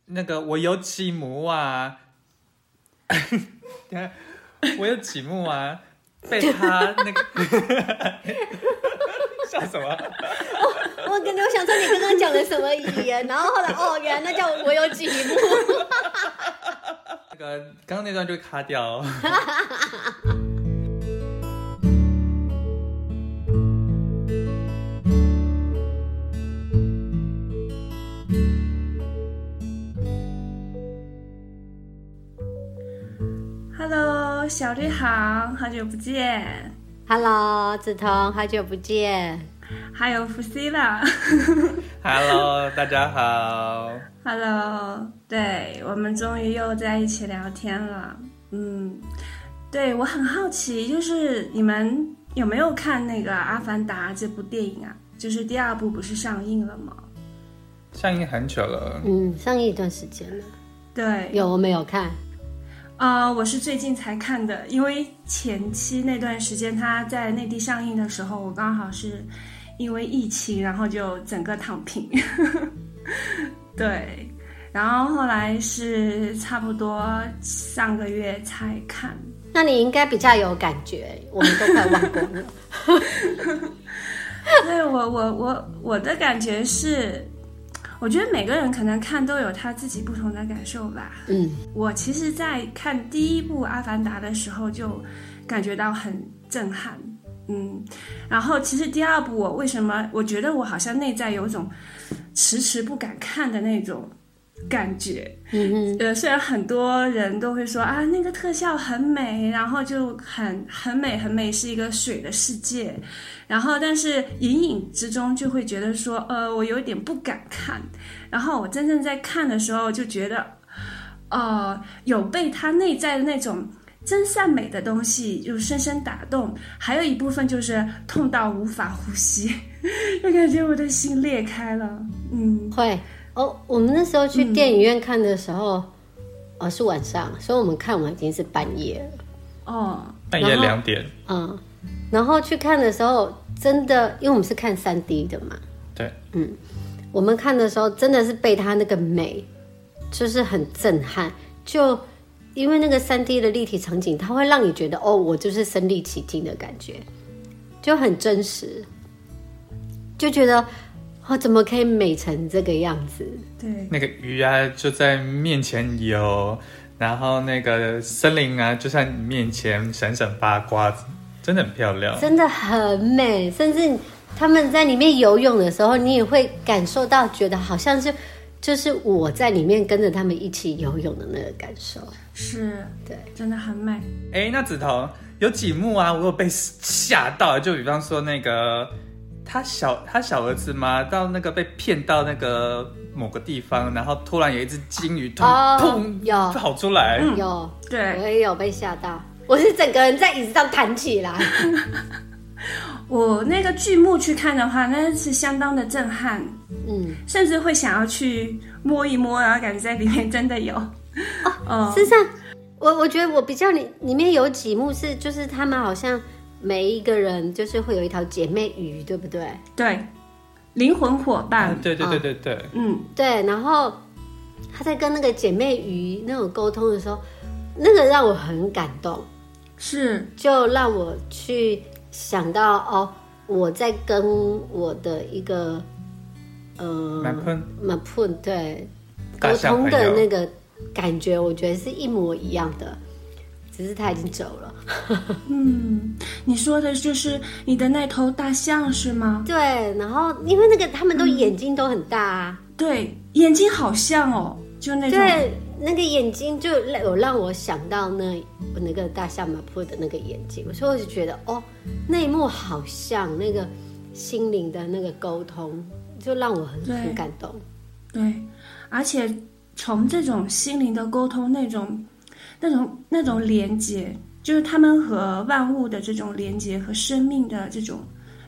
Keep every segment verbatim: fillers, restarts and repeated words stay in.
那个我有几幕啊，我有几幕啊，被他那个笑什么？ 我跟你我想说你刚刚讲的什么语言，然后后来哦，原来那叫我有几幕。 那个刚刚那段就卡掉哦。 Hello， 小绿好，好久不见。 Hello， 梓潼，好久不见。 还有福西啦。 Hello， 大家好。 Hello， 对，我们终于又在一起聊天了。嗯，对，我很好奇，就是你们有没有看那个《阿凡达》这部电影啊？就是第二部不是上映了吗？ 上映很久了。 嗯，上映一段时间了。 对， 有我没有看？ 啊、呃，我是最近才看的，因为前期那段时间它在内地上映的时候，我刚好是因为疫情，然后就整个躺平。对，然后后来是差不多上个月才看。 那你应该比较有感觉，我们都快忘光了。 对，我我我我的感觉是，我觉得每个人可能看都有他自己不同的感受吧。 嗯， 我其实在看第一部《阿凡达》的时候就感觉到很震撼。嗯，然后其实第二部我为什么我觉得我好像内在有种迟迟不敢看的那种感觉。 嗯呃，虽然很多人都会说啊，那个特效很美，然后就很很美很美，是一个水的世界，然后但是隐隐之中就会觉得说，呃，我有点不敢看。然后我真正在看的时候就觉得，呃，有被它内在的那种真善美的东西就深深打动，还有一部分就是痛到无法呼吸，就感觉我的心裂开了。嗯， 会哦。我们那时候去电影院看的时候，嗯、哦是晚上，所以我们看完已经是半夜了。 哦， 半夜两点。 嗯，然后去看的时候，真的，因为我们是看 三 D 的嘛。 对， 嗯，我们看的时候真的是被它那个美，就是很震撼，就。因为那个 三 D 的立体场景，它会让你觉得哦，我就是身临其境的感觉，就很真实，就觉得哦，怎么可以美成这个样子？ 对， 那个鱼啊就在面前游，然后那个森林啊就在你面前闪闪发光，真的很漂亮， 真的很美。甚至他们在里面游泳的时候，你也会感受到，觉得好像是就是我在里面跟着他们一起游泳的那个感受。 是， 对， 真的很美。 哎，那梓潼有几幕啊，我有被吓到，就比方说那个他小他小儿子嘛，到那个被骗到那个某个地方，然后突然有一只金鱼突然砰有跑出来， 嗯、有， 对， 我也有被吓到，我是整个人在椅子上弹起来。 我那个剧目去看的话，那是相当的震撼， 嗯， 甚至会想要去摸一摸，然后感觉在里面真的有。 哦，事实上，我我觉得我比较里里面有几幕是，就是他们好像每一个人就是会有一条姐妹鱼，对不对？ 对，灵魂伙伴。 啊、对对对对对， 嗯， 对。然后他在跟那个姐妹鱼那种沟通的时候，那个让我很感动， 是， 就让我去想到哦，我在跟我的一个呃马喷马喷对沟通的那个感觉，我觉得是一模一样的，只是他已经走了。 嗯，你说的就是你的那头大象是吗？ 对，然后因为那个他们都眼睛都很大啊， 嗯、对，眼睛好像哦，就那种。 对，那个眼睛就有让我想到那那个大象马普的那个眼睛，所以我就觉得哦，那一幕好像那个心灵的那个沟通，就让我很很感动。 对，而且从这种心灵的沟通，那种那种那种连接，就是他们和万物的这种连接和生命的这种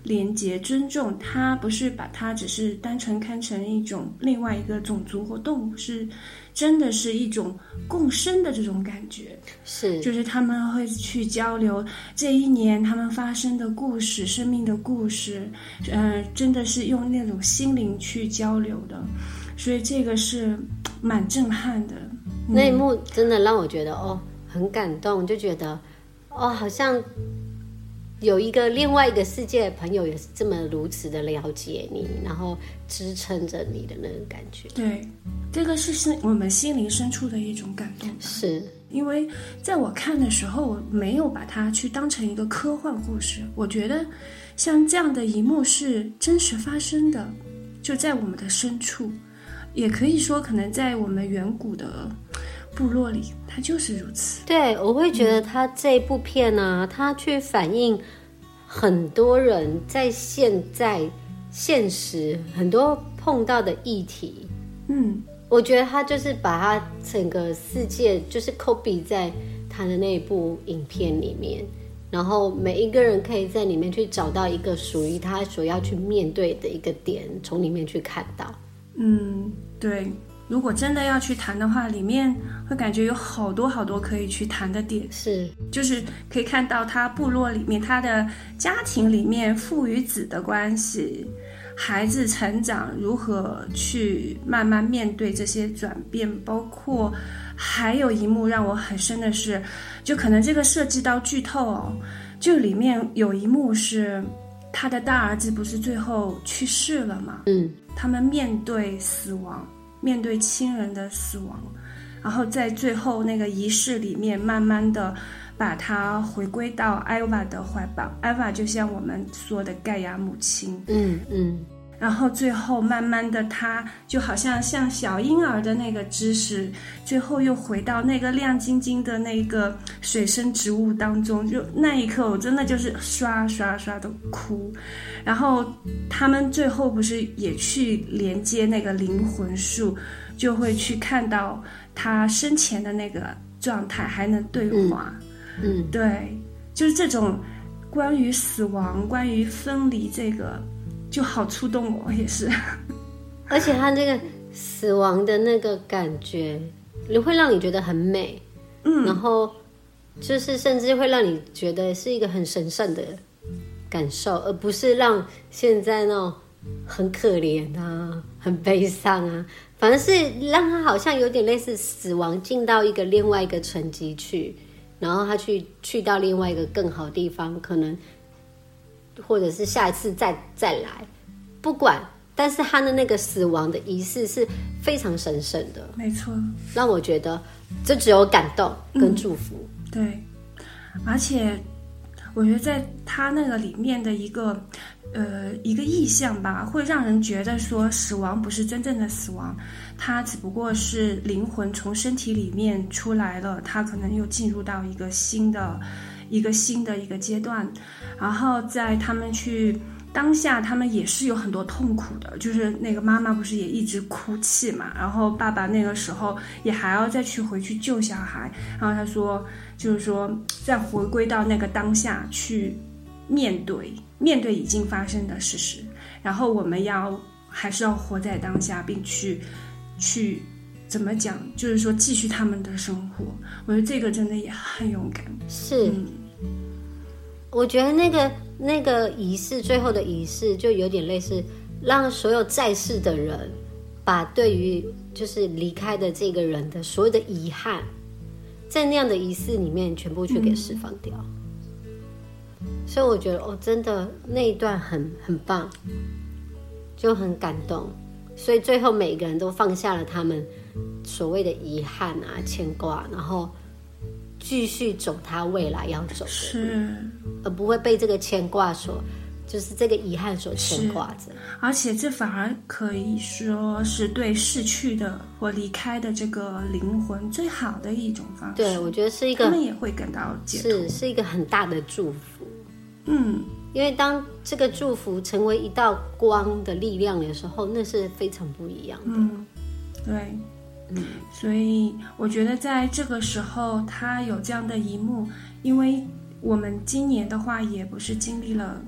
连结、尊重，他不是把它只是单纯看成一种另外一个种族或动物，是真的是一种共生的这种感觉。 是， 就是他们会去交流这一年他们发生的故事、生命的故事，呃，真的是用那种心灵去交流的，所以这个是蛮震撼的。嗯、 那一幕真的让我觉得哦很感动，就觉得哦好像有一个另外一个世界的朋友也是这么如此的了解你，然后支撑着你的那个感觉。 对，这个是是我们心灵深处的一种感动。 是因为在我看的时候，我没有把它去当成一个科幻故事，我觉得像这样的一幕是真实发生的，就在我们的深处，也可以说可能在我们远古的部落里，它就是如此。 对，我会觉得他这部片呢、啊，他去反映很多人在现在现实很多碰到的议题。 嗯， 我觉得他就是把他整个世界就是 copy 在他的那一部影片里面，然后每一个人可以在里面去找到一个属于他所要去面对的一个点，从里面去看到。 嗯，对。如果真的要去谈的话，里面会感觉有好多好多可以去谈的点。 是， 就是可以看到他部落里面，他的家庭里面父与子的关系，孩子成长如何去慢慢面对这些转变，包括还有一幕让我很深的是，就可能这个涉及到剧透哦，就里面有一幕是他的大儿子不是最后去世了吗？ 嗯， 他们面对死亡，面对亲人的死亡，然后在最后那个仪式里面慢慢的把他回归到艾娃的怀抱，艾娃就像我们说的盖亚母亲。 嗯嗯， 然后最后慢慢的他就好像像小婴儿的那个知识，最后又回到那个亮晶晶的那个水生植物当中，就那一刻我真的就是刷刷刷的哭。然后他们最后不是也去连接那个灵魂树，就会去看到他生前的那个状态还能对话。 嗯，嗯对，就是这种关于死亡关于分离，这个就好触动我也是。 而且他这个死亡的那个感觉会让你觉得很美， 嗯， 然后就是甚至会让你觉得是一个很神圣的感受，而不是让现在那种很可怜啊很悲伤啊，反而是让他好像有点类似死亡进到一个另外一个层级去，然后他去去到另外一个更好的地方，可能或者是下一次再再来，不管，但是他的那个死亡的仪式是非常神圣的， 没错， 让我觉得这只有感动跟祝福。 嗯，对，而且我觉得在他那个里面的一个呃一个意象吧，会让人觉得说死亡不是真正的死亡，它只不过是灵魂从身体里面出来了，它可能又进入到一个新的一个新的一个阶段，然后在他们去当下，他们也是有很多痛苦的，就是那个妈妈不是也一直哭泣嘛，然后爸爸那个时候也还要再去回去救小孩，然后他说就是说再回归到那个当下去面对面对已经发生的事实，然后我们要还是要活在当下，并去去怎么讲，就是说继续他们的生活。我觉得这个真的也很勇敢。 是， 嗯， 我觉得那个那个仪式，最后的仪式就有点类似，让所有在世的人把对于就是离开的这个人的所有的遗憾，在那样的仪式里面全部去给释放掉。嗯，所以我觉得哦，真的那一段很很棒，就很感动。所以最后每一个人都放下了他们所谓的遗憾啊、牵挂，然后继续走他未来要走的路， 是， 而不会被这个牵挂所，就是这个遗憾所牵挂着。 而且这反而可以说是对逝去的或离开的这个灵魂最好的一种方式。 对，我觉得是一个， 他们也会感到解脱， 是是一个很大的祝福。 嗯， 因为当这个祝福成为一道光的力量的时候，那是非常不一样的。 嗯，对。 嗯， 所以我觉得在这个时候他有这样的一幕，因为我们今年的话也不是经历了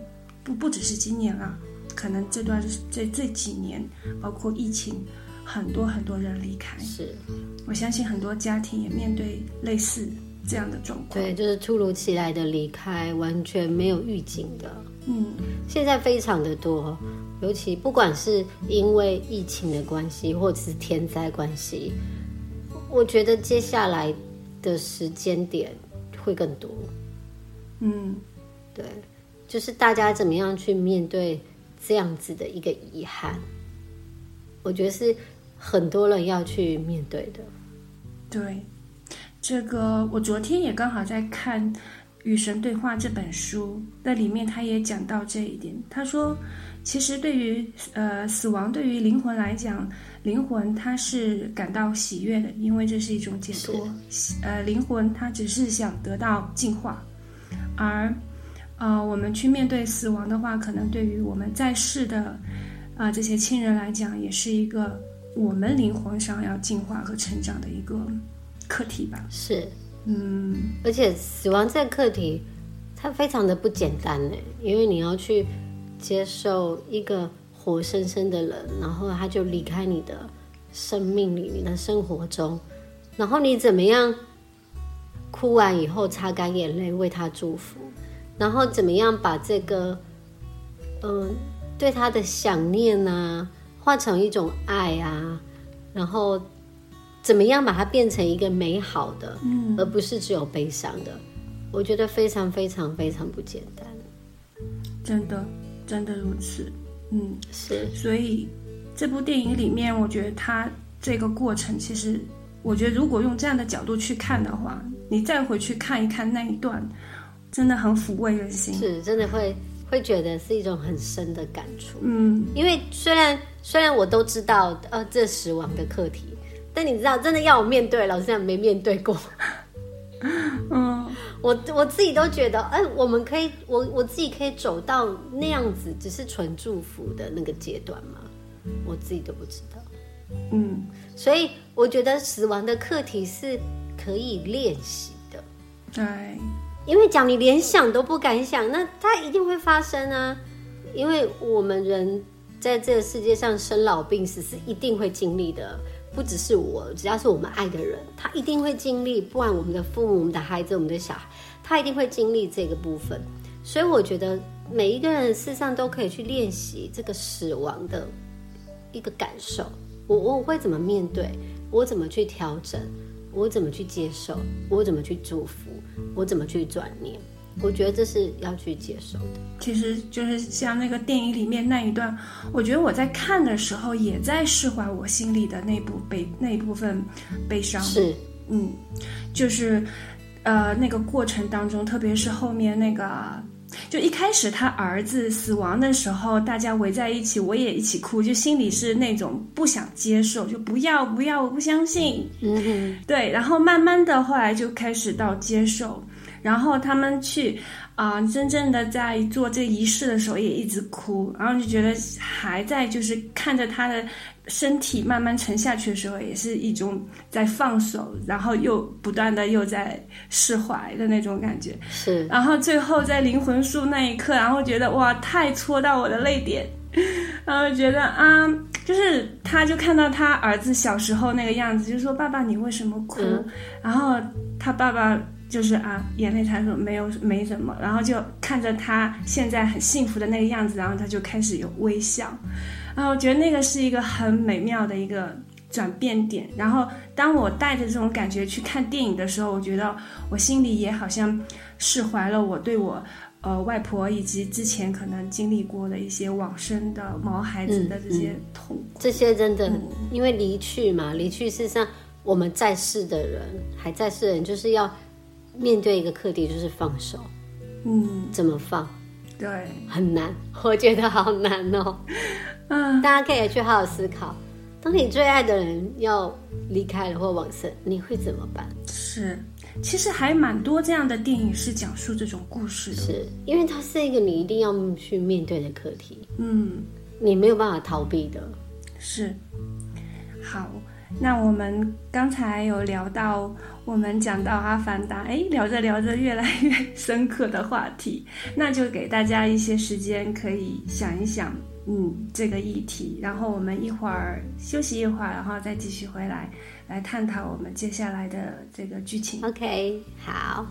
不不只是今年啦，可能这段这这几年，包括疫情，很多很多人离开。 是， 我相信很多家庭也面对类似这样的状况。 对，就是突如其来的离开，完全没有预警的。 嗯， 现在非常的多，尤其不管是因为疫情的关系，或者是天灾关系，我觉得接下来的时间点会更多。 嗯， 对，就是大家怎么样去面对这样子的一个遗憾，我觉得是很多人要去面对的。 对，这个我昨天也刚好在看《与神对话》这本书，那里面他也讲到这一点。他说，其实对于呃死亡，对于灵魂来讲，灵魂它是感到喜悦的，因为这是一种解脱。呃，灵魂它只是想得到净化，而呃我们去面对死亡的话，可能对于我们在世的啊、呃、这些亲人来讲，也是一个我们灵魂上要进化和成长的一个课题吧。 是。 嗯， 而且死亡这个课题，它非常的不简单呢，因为你要去接受一个活生生的人，然后他就离开你的生命里，你的生活中，然后你怎么样哭完以后擦干眼泪为他祝福，然后怎么样把这个嗯、呃、对他的想念啊化成一种爱啊，然后怎么样把它变成一个美好的，嗯，而不是只有悲伤的，我觉得非常非常非常不简单。 真的，真的如此。嗯， 是。 所以这部电影里面，我觉得它这个过程，其实我觉得如果用这样的角度去看的话，你再回去看一看那一段，真的很抚慰人心。 是，真的会会觉得是一种很深的感触。 嗯， 因为虽然虽然我都知道呃这死亡的课题。但你知道，真的要我面对，老实讲没面对过。 嗯， 我我自己都觉得，哎，我们可以，我我自己可以走到那样子，只是纯祝福的那个阶段吗？我自己都不知道。 嗯， 所以我觉得死亡的课题是可以练习的。 对， 因为讲你连想都不敢想，那它一定会发生啊。因为我们人在这个世界上生老病死是一定会经历的。不只是我，只要是我们爱的人，他一定会经历，不管我们的父母、我们的孩子、我们的小孩，他一定会经历这个部分。所以我觉得每一个人事实上都可以去练习这个死亡的一个感受。我我会怎么面对？我怎么去调整？我怎么去接受？我怎么去祝福？我怎么去转念？我觉得这是要去接受的。 其实就是像那个电影里面那一段，我觉得我在看的时候也在释怀我心里的那部悲那一部分悲伤。 是， 嗯，就是呃那个过程当中，特别是后面那个，就一开始他儿子死亡的时候，大家围在一起，我也一起哭，就心里是那种不想接受，就不要不要，我不相信。 嗯哼， 对，然后慢慢的后来就开始到接受。然后他们去啊、呃，真正的在做这仪式的时候也一直哭，然后就觉得还在就是看着他的身体慢慢沉下去的时候，也是一种在放手，然后又不断的又在释怀的那种感觉。 是， 然后最后在灵魂树那一刻，然后觉得哇，太戳到我的泪点，然后觉得啊，就是他就看到他儿子小时候那个样子，就说爸爸你为什么哭？嗯、然后他爸爸。就是啊，眼泪他说没有没什么，然后就看着他现在很幸福的那个样子，然后他就开始有微笑，然后我觉得那个是一个很美妙的一个转变点。然后当我带着这种感觉去看电影的时候，我觉得我心里也好像释怀了我对我呃外婆以及之前可能经历过的一些往生的毛孩子的这些痛苦、嗯嗯、 这些真的、嗯、因为离去嘛，离去事实上我们在世的人还在世的人就是要面对一个课题，就是放手。嗯，怎么放？ 对， 很难，我觉得好难哦。嗯，大家可以去好好思考，当你最爱的人要离开了或往生，你会怎么办？ 是，其实还蛮多这样的电影是讲述这种故事的， 是因为它是一个你一定要去面对的课题。 嗯， 你没有办法逃避的。 是，好。 那我们刚才有聊到，我们讲到阿凡达，哎，聊着聊着越来越深刻的话题，那就给大家一些时间可以想一想，嗯，这个议题，然后我们一会儿休息一会儿，然后再继续回来来探讨我们接下来的这个剧情。 OK， 好。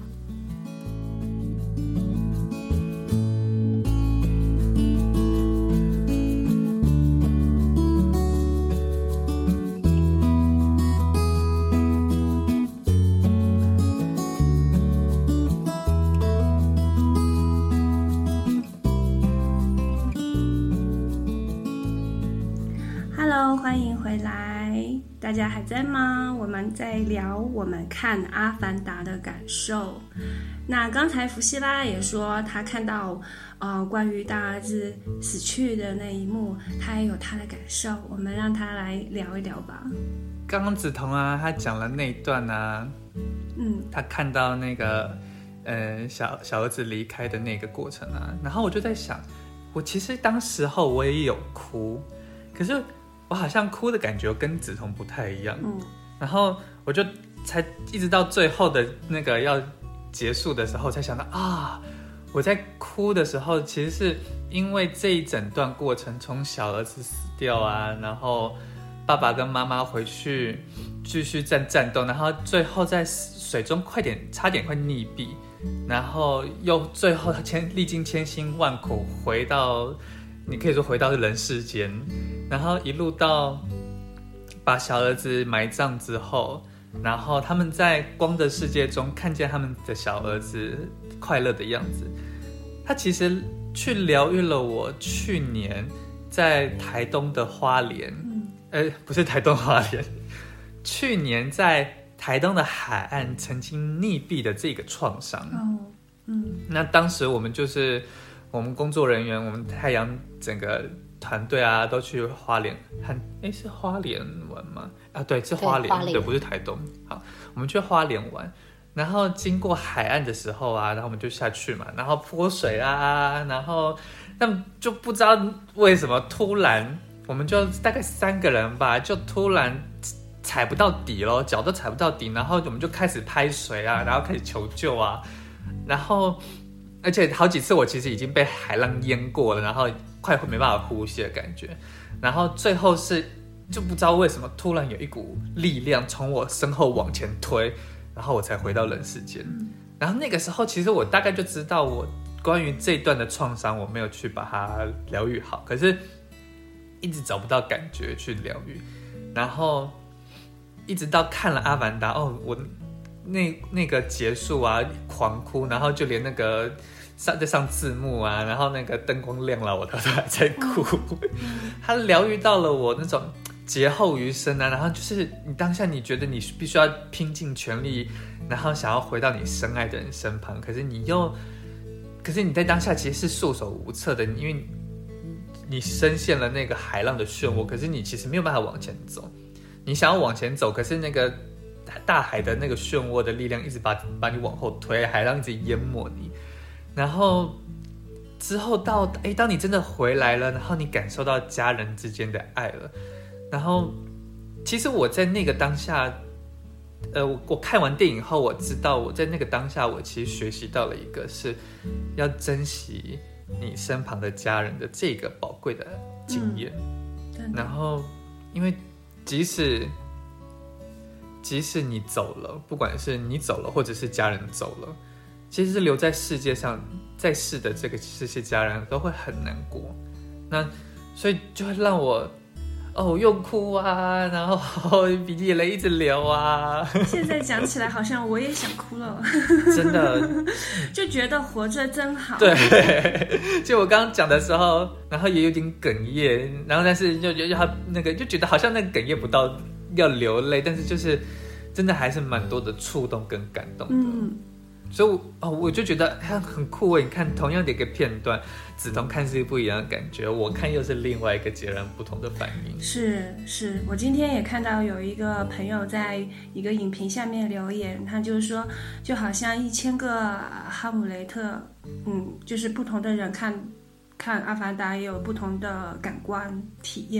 欢迎回来，大家还在吗？我们在聊我们看《阿凡达》的感受。那刚才福西拉也说，他看到呃关于大儿子死去的那一幕，他也有他的感受。我们让他来聊一聊吧。 刚刚梓潼啊，他讲了那一段啊， 嗯， 他看到那个呃小小儿子离开的那个过程啊，然后我就在想，我其实当时候我也有哭，可是我好像哭的感觉跟梓潼不太一样， 嗯， 然后我就才一直到最后的那个要结束的时候，才想到啊，我在哭的时候，其实是因为这一整段过程，从小儿子死掉啊，然后爸爸跟妈妈回去继续战战斗，然后最后在水中快点差点快溺毙，然后又最后千历经千辛万苦回到。你可以说回到人世间，然后一路到把小儿子埋葬之后，然后他们在光的世界中看见他们的小儿子快乐的样子，他其实去疗愈了我去年在台东的花莲，嗯，呃，不是台东花莲，去年在台东的海岸曾经溺毙的这个创伤。 哦，嗯， 那当时我们就是。我们工作人员，我们太阳整个团队啊，都去花莲看，哎，是花莲玩吗？啊，对，是花莲， 对, 花莲对，不是台东。好，我们去花莲玩，然后经过海岸的时候啊，然后我们就下去嘛，然后泼水啊，然后但就不知道为什么突然，我们就大概三个人吧，就突然踩不到底咯，脚都踩不到底，然后我们就开始拍水啊，然后开始求救啊，然后。而且好几次我其实已经被海浪淹过了，然后快没办法呼吸的感觉，然后最后是就不知道为什么突然有一股力量从我身后往前推，然后我才回到人世间。然后那个时候其实我大概就知道我关于这一段的创伤我没有去把它疗愈好，可是一直找不到感觉去疗愈，然后一直到看了阿凡达，哦，我那那个结束啊狂哭，然后就连那个上在上字幕啊，然后那个灯光亮了，我都还在哭。它疗愈到了我那种劫后余生啊，然后就是你当下你觉得你必须要拼尽全力，然后想要回到你深爱的人身旁，可是你又，可是你在当下其实是束手无策的，因为你深陷了那个海浪的漩涡，可是你其实没有办法往前走，你想要往前走，可是那个大海的那个漩涡的力量一直把把你往后推，海浪一直淹没你，然后之后到哎，当你真的回来了，然后你感受到家人之间的爱了，然后其实我在那个当下，呃，我, 我看完电影后，我知道我在那个当下，我其实学习到了一个是要珍惜你身旁的家人的这个宝贵的经验，嗯、然后因为即使即使你走了，不管是你走了，或者是家人走了，其实是留在世界上在世的这个这些家人都会很难过，那所以就会让我哦又哭啊，然后鼻涕眼泪一直流啊。 现在讲起来好像我也想哭了， 真的就觉得活着真好。 对，就我刚刚讲的时候，然后也有点哽咽，然后但是就觉得那个就觉得好像那个哽咽不到要流泪，但是就是真的还是蛮多的触动跟感动的。嗯，所以我，哦，我就觉得很酷诶！你看，同样的一个片段，梓潼看是不一样的感觉，我看又是另外一个截然不同的反应。 是是，我今天也看到有一个朋友在一个影评下面留言，他就说，就好像一千个哈姆雷特，嗯，就是不同的人看看《阿凡达》也有不同的感官体验。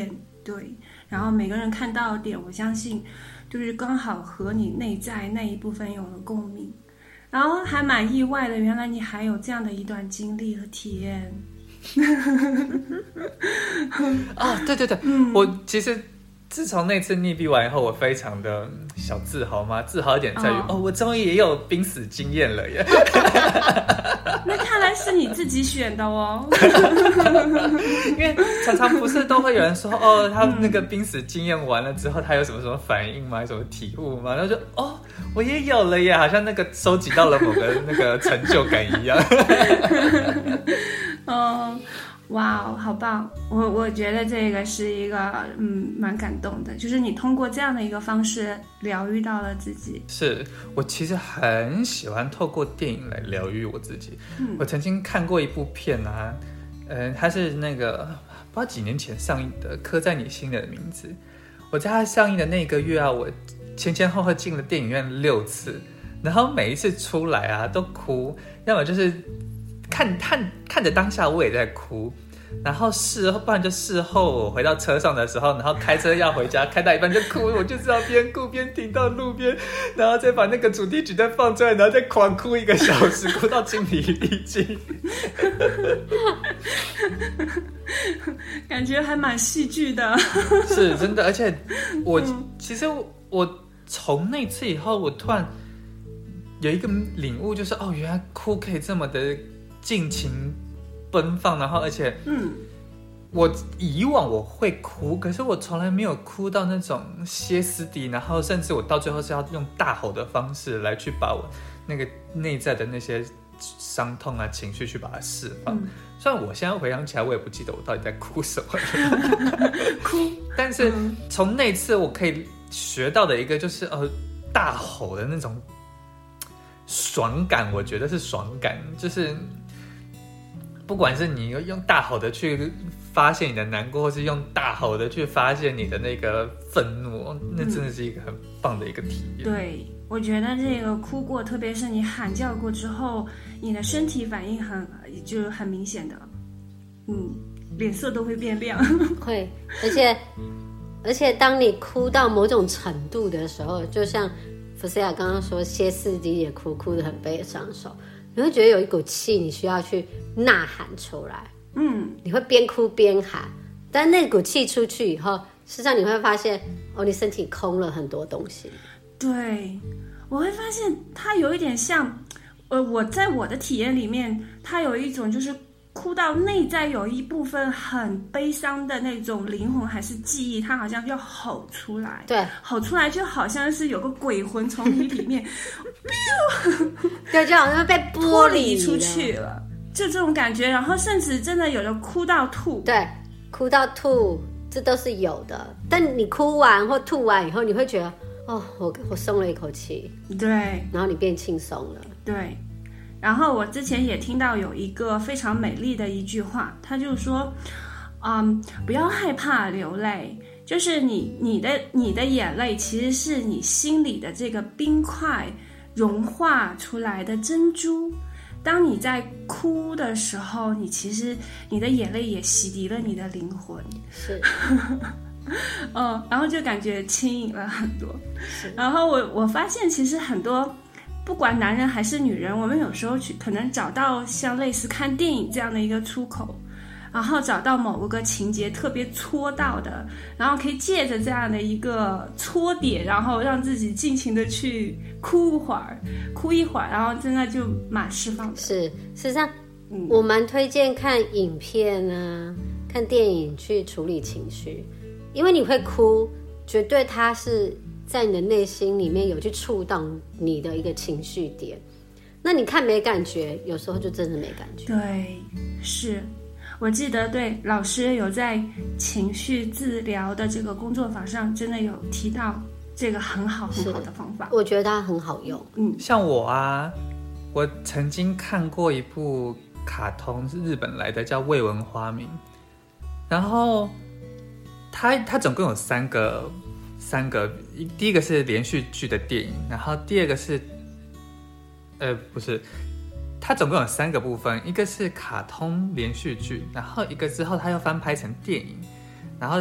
对，然后每个人看到的点，我相信就是刚好和你内在那一部分有了共鸣，然后还蛮意外的，原来你还有这样的一段经历和体验。 哦，对对对，嗯、我其实自从那次溺毙完以后，我非常的小自豪嘛，自豪一点在于，哦，哦我终于也有濒死经验了耶。 那看来是你自己选的哦。 因为常常不是都会有人说，哦，他那个濒死经验完了之后，他有什么什么反应吗？有什么体悟吗？然后就，哦，我也有了耶，好像那个收集到了某个那个成就感一样。 哦，哇哦，好棒！我我觉得这个是一个嗯蛮感动的，就是你通过这样的一个方式疗愈到了自己。 是我其实很喜欢透过电影来疗愈我自己。嗯、我曾经看过一部片啊，嗯、呃，它是那个不知道几年前上映的《刻在你心里的名字》。我在它上映的那个月啊，我前前后后进了电影院六次，然后每一次出来啊都哭，要么就是看看看着当下我也在哭。然后事后，不然就事后我回到车上的时候，然后开车要回家，开到一半就哭，我就知道边哭边停到路边，然后再把那个主题曲再放出来，然后再狂哭一个小时，哭到精疲力尽。 感觉还蛮戏剧的。 是真的，而且我、嗯、其实我从那次以后，我突然有一个领悟，就是哦，原来哭可以这么的尽情奔放，然后而且，嗯，我以往我会哭，可是我从来没有哭到那种歇斯底，然后甚至我到最后是要用大吼的方式来去把我那个内在的那些伤痛啊情绪去把它释放。嗯、虽然我现在回想起来，我也不记得我到底在哭什么，哭，但是从那次我可以学到的一个就是呃大吼的那种爽感，我觉得是爽感，就是。不管是你用大吼的去发现你的难过，或是用大吼的去发现你的那个愤怒，那真的是一个很棒的一个体验。 对，我觉得这个哭过，特别是你喊叫过之后，你的身体反应很就很明显的，嗯，脸色都会变亮。 会，而且而且当你哭到某种程度的时候，就像福斯亚刚刚说，歇斯底里也哭，哭得很悲伤的时候，你会觉得有一股气，你需要去呐喊出来。嗯，你会边哭边喊，但那股气出去以后，事实上你会发现，哦，你身体空了很多东西。 对，我会发现它有一点像，呃，我在我的体验里面，它有一种就是哭到内在有一部分很悲伤的那种灵魂还是记忆，它好像要吼出来。 对， 吼出来就好像是有个鬼魂从你里面对，就好像被剥离出去了，就这种感觉。然后甚至真的有人哭到吐。 对，哭到吐，这都是有的。但你哭完或吐完以后，你会觉得，哦，我我松了一口气。 对， 然后你变轻松了。 对。然后我之前也听到有一个非常美丽的一句话，他就说，嗯，不要害怕流泪，就是你你的你的眼泪其实是你心里的这个冰块融化出来的珍珠。当你在哭的时候，你其实你的眼泪也洗涤了你的灵魂。 是。 嗯，然后就感觉轻盈了很多。然后我我发现其实很多。不管男人还是女人，我们有时候去可能找到像类似看电影这样的一个出口，然后找到某个情节特别戳到的，然后可以借着这样的一个戳点，然后让自己尽情的去哭一会儿，哭一会儿，然后真的就蛮释放的。 是，事实上，嗯、我蛮推荐看影片啊，看电影去处理情绪，因为你会哭，绝对它是。在你的内心里面有去触动你的一个情绪点，那你看没感觉，有时候就真的没感觉。 对，是我记得对老师有在情绪治疗的这个工作坊上真的有提到这个很好很好的方法， 我觉得它很好用。 嗯，像我啊，我曾经看过一部卡通是日本来的，叫《未闻花名》，然后它它总共有三个。三个，第一个是连续剧的电影，然后第二个是，呃，不是，它总共有三个部分，一个是卡通连续剧，然后一个之后它又翻拍成电影，然后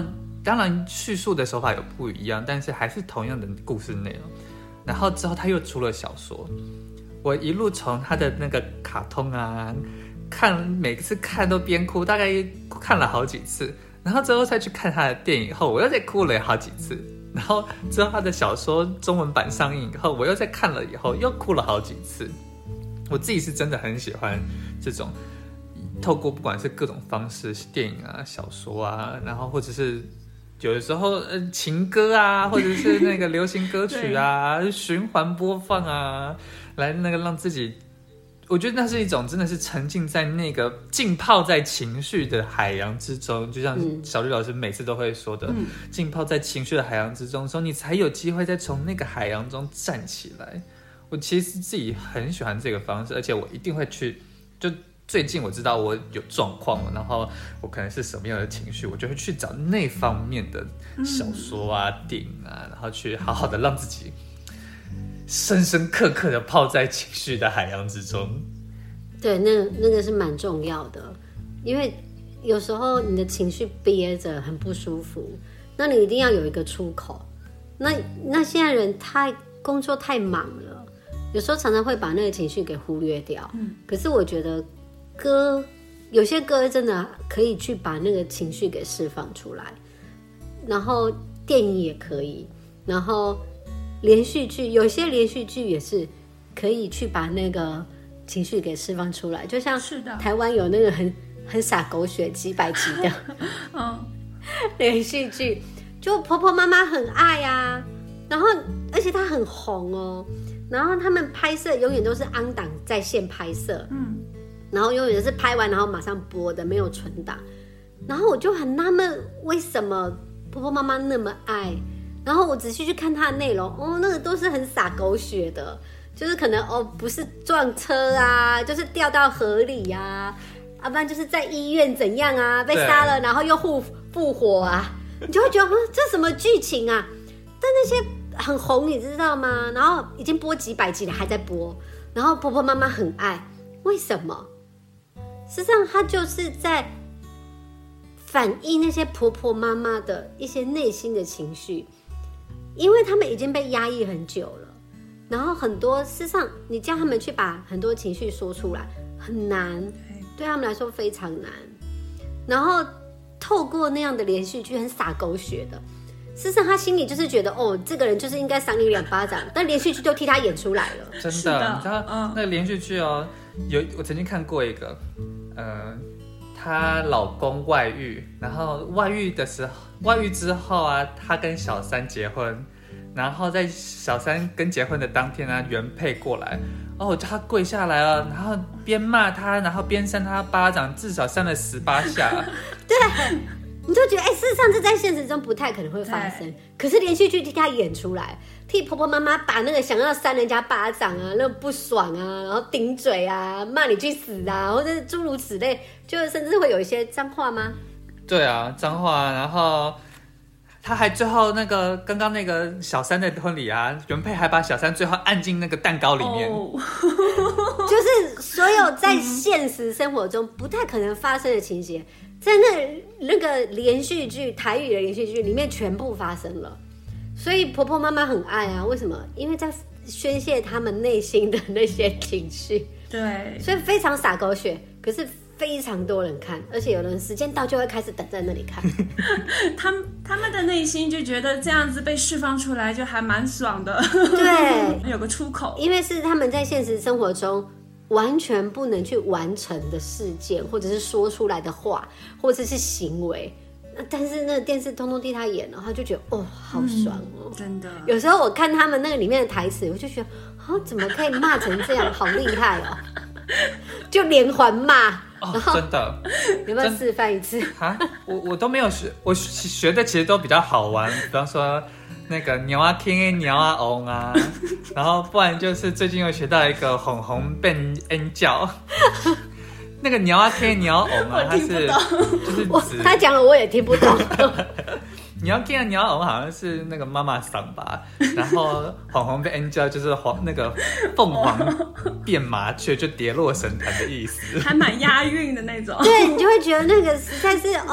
当然叙述的手法有不一样，但是还是同样的故事内容。然后之后他又出了小说，我一路从他的那个卡通啊看，每次看都边哭，大概看了好几次。然后之后再去看他的电影后，我又再哭了好几次。然后之后他的小说中文版上映以后，我又再看了以后又哭了好几次。我自己是真的很喜欢这种透过不管是各种方式，电影啊、小说啊，然后或者是有的时候呃情歌啊，或者是那个流行歌曲啊循环播放啊，来那个让自己，我觉得那是一种真的是沉浸在那个浸泡在情绪的海洋之中，就像小绿老师每次都会说的，嗯、浸泡在情绪的海洋之中的时候，你才有机会再从那个海洋中站起来。我其实自己很喜欢这个方式，而且我一定会去，就最近我知道我有状况了，然后我可能是什么样的情绪，我就会去找那方面的小说啊、嗯、电影啊，然后去好好的让自己深深刻刻的泡在情绪的海洋之中。 对，那那个是蛮重要的，因为有时候你的情绪憋着很不舒服，那你一定要有一个出口。那那现在人太工作太忙了，有时候常常会把那个情绪给忽略掉。嗯，可是我觉得歌有些歌真的可以去把那个情绪给释放出来，然后电影也可以，然后连续剧有些连续剧也是可以去把那个情绪给释放出来，就像台湾有那个很很洒狗血几百集的嗯连续剧，就婆婆妈妈很爱啊，然后而且它很红哦，然后他们拍摄永远都是on档在线拍摄，嗯，然后永远是拍完然后马上播的，没有存档。然后我就很纳闷，为什么婆婆妈妈那么爱？然后我仔细去看它的内容，哦，那个都是很洒狗血的，就是可能哦不是撞车啊，就是掉到河里啊，要不然就是在医院怎样啊，被杀了然后又复复活啊，你就会觉得、嗯、这什么剧情啊？但那些很红，你知道吗？然后已经播几百集了，还在播，然后婆婆妈妈很爱，为什么？事实上，它就是在反映那些婆婆妈妈的一些内心的情绪，因为他们已经被压抑很久了，然后很多事实上，你叫他们去把很多情绪说出来很难，对他们来说非常难。然后透过那样的连续剧，很洒狗血的。事实上，他心里就是觉得，哦，这个人就是应该赏你两巴掌，但连续剧就替他演出来了。 真的，你知道、嗯、那个连续剧哦，有我曾经看过一个，呃，她老公外遇，然后外遇的时候，外遇之后啊，她跟小三结婚，然后在小三跟结婚的当天啊，原配过来，哦，叫她跪下来了，然后边骂她，然后边扇她巴掌，至少扇了十八下。 对。你就觉得，哎、欸，事实上这在现实中不太可能会发生，可是连续剧替他演出来，替婆婆妈妈把那个想要扇人家巴掌啊，那不爽啊，然后顶嘴啊，骂你去死啊，或者是诸如此类，就甚至会有一些脏话吗？ 对啊，脏话，然后他还最后那个刚刚那个小三的婚礼啊，原配还把小三最后按进那个蛋糕里面，哦、 就是所有在现实生活中不太可能发生的情节。在那那个连续剧，台语的连续剧里面全部发生了，所以婆婆妈妈很爱啊。为什么？因为在宣泄他们内心的那些情绪。 对， 所以非常洒狗血，可是非常多人看，而且有人时间到就会开始等在那里看。 他们他们的内心就觉得这样子被释放出来就还蛮爽的。 对， 有个出口， 因为是他们在现实生活中完全不能去完成的事件，或者是说出来的话，或者是行为，但是那个电视通通替他演了，他就觉得哦，好爽哦、 嗯，真的。有时候我看他们那个里面的台词，我就觉得啊，怎么可以骂成这样，好厉害哦！就连环骂， 哦，真的。 有没有示范一次啊？我我都没有学，我学的其实都比较好玩，比方说。那个鸟啊听诶鸟啊嗡啊，然后不然就是最近又学到一个红红变恩叫，那个鸟啊听鸟嗡啊，它是就是指他讲了我也听不懂。 鸟听啊鸟嗡好像是那个妈妈桑吧，然后红红变恩叫就是黄那个凤凰变麻雀就跌落神坛的意思， 还蛮押韵的那种。 对，你就会觉得那个实在是哦。嗯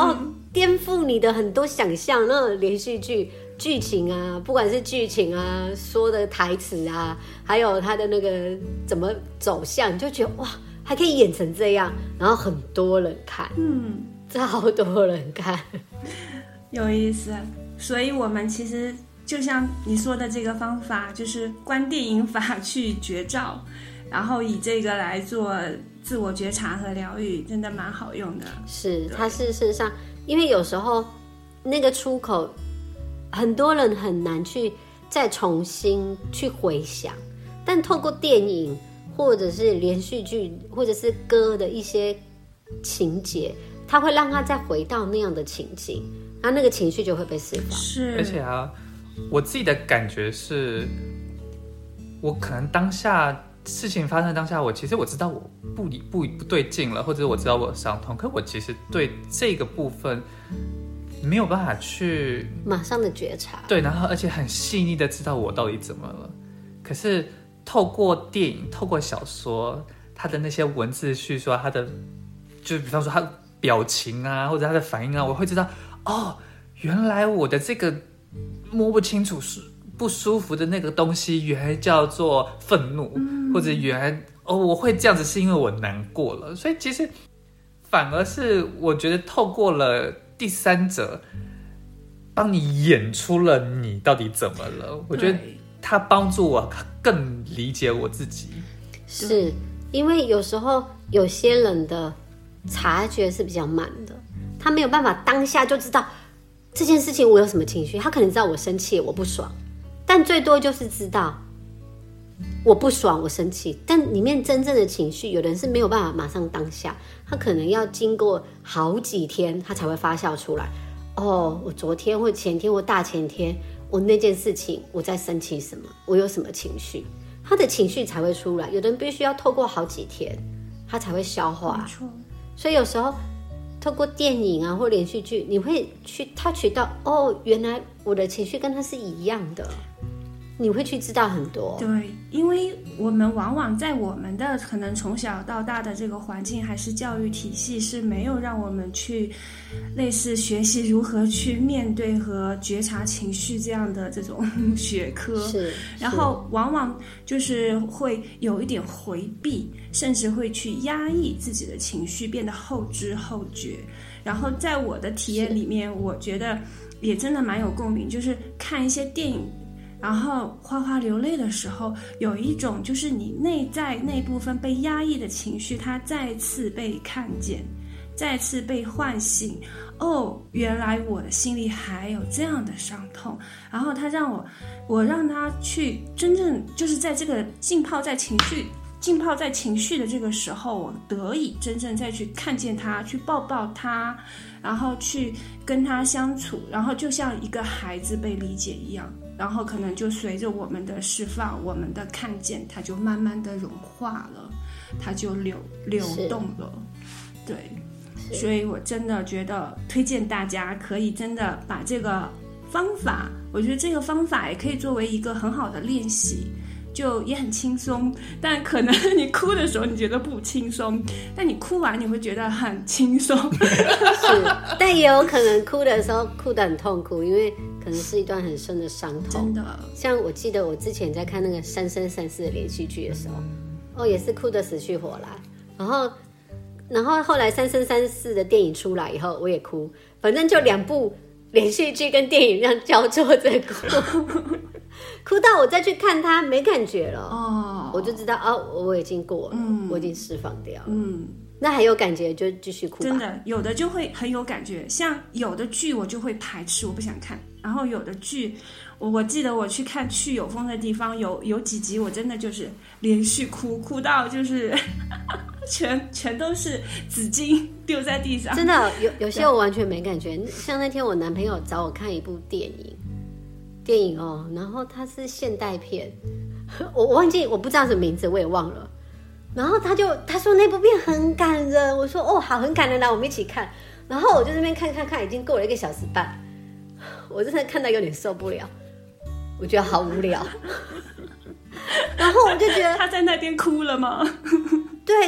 颠覆你的很多想象。那种连续剧剧情啊，不管是剧情啊，说的台词啊，还有他的那个怎么走向，你就觉得哇，还可以演成这样，然后很多人看， 嗯， 超多人看， 有意思。所以我们其实就像你说的这个方法，就是观电影法去觉照，然后以这个来做自我觉察和疗愈，真的蛮好用的。 是，它是事实上，因为有时候那个出口，很多人很难去再重新去回想，但透过电影或者是连续剧或者是歌的一些情节，它会让他再回到那样的情境，那那个情绪就会被释放。 是， 而且啊，我自己的感觉是，我可能当下事情发生当下，我其实我知道我不理不不对劲了，或者我知道我有伤痛，可我其实对这个部分没有办法去马上的觉察。 对，然后而且很细腻的知道我到底怎么了。可是透过电影，透过小说，它的那些文字叙述，它的就比方说它表情啊，或者它的反应啊，我会知道哦，原来我的这个摸不清楚不舒服的那个东西，原来叫做愤怒，嗯、或者原来哦我会这样子是因为我难过了。所以其实反而是我觉得透过了第三者帮你演出了你到底怎么了，我觉得他帮助我更理解我自己。 是因为有时候有些人的察觉是比较慢的，他没有办法当下就知道这件事情我有什么情绪，他可能知道我生气我不爽，但最多就是知道我不爽我生气，但里面真正的情绪有的人是没有办法马上当下，他可能要经过好几天他才会发酵出来。哦，我昨天或前天或大前天我那件事情我在生气什么，我有什么情绪，他的情绪才会出来。有的人必须要透过好几天他才会消化，所以有时候透过电影啊或连续剧，你会去touch到哦，原来我的情绪跟他是一样的，你会去知道很多。 对，因为我们往往在我们的可能从小到大的这个环境还是教育体系是没有让我们去类似学习如何去面对和觉察情绪这样的这种学科， 是， 然后往往就是会有一点回避，甚至会去压抑自己的情绪，变得后知后觉。然后在我的体验里面，我觉得也真的蛮有共鸣，就是看一些电影然后哗哗流泪的时候，有一种就是你内在那部分被压抑的情绪，它再次被看见，再次被唤醒。哦，原来我的心里还有这样的伤痛。然后他让我，我让他去真正就是在这个浸泡在情绪。浸泡在情绪的这个时候，我得以真正再去看见他，去抱抱他，然后去跟他相处，然后就像一个孩子被理解一样，然后可能就随着我们的释放，我们的看见，它就慢慢的融化了，它就流流动了。对，所以我真的觉得推荐大家可以真的把这个方法，我觉得这个方法也可以作为一个很好的练习，就也很轻松，但可能你哭的时候你觉得不轻松，但你哭完你会觉得很轻松。 是，但也有可能哭的时候哭得很痛苦，因为可能是一段很深的伤痛。 真的， 像我记得我之前在看那个《三生三世》的连续剧的时候，哦，也是哭得死去活来。然后，然后后来《三生三世》的电影出来以后，我也哭。反正就两部连续剧跟电影这样交错着哭。哭到我再去看它没感觉了，哦，我就知道哦，我已经过了，嗯，我已经释放掉了，嗯，那还有感觉就继续哭吧。 真的，有的就会很有感觉，像有的剧我就会排斥，我不想看。然后有的剧，我我记得我去看《去有风的地方》，有有几集我真的就是连续哭，哭到就是全全都是纸巾丢在地上。 真的有有些我完全没感觉，像那天我男朋友找我看一部电影。电影哦，然后它是现代片，我忘记我不知道什么名字，我也忘了。然后他就他说那部片很感人，我说哦好很感人，来我们一起看。然后我就这边看看看，已经过了一个小时半，我真的看到有点受不了，我觉得好无聊。然后我就觉得他在那边哭了吗？ 对，看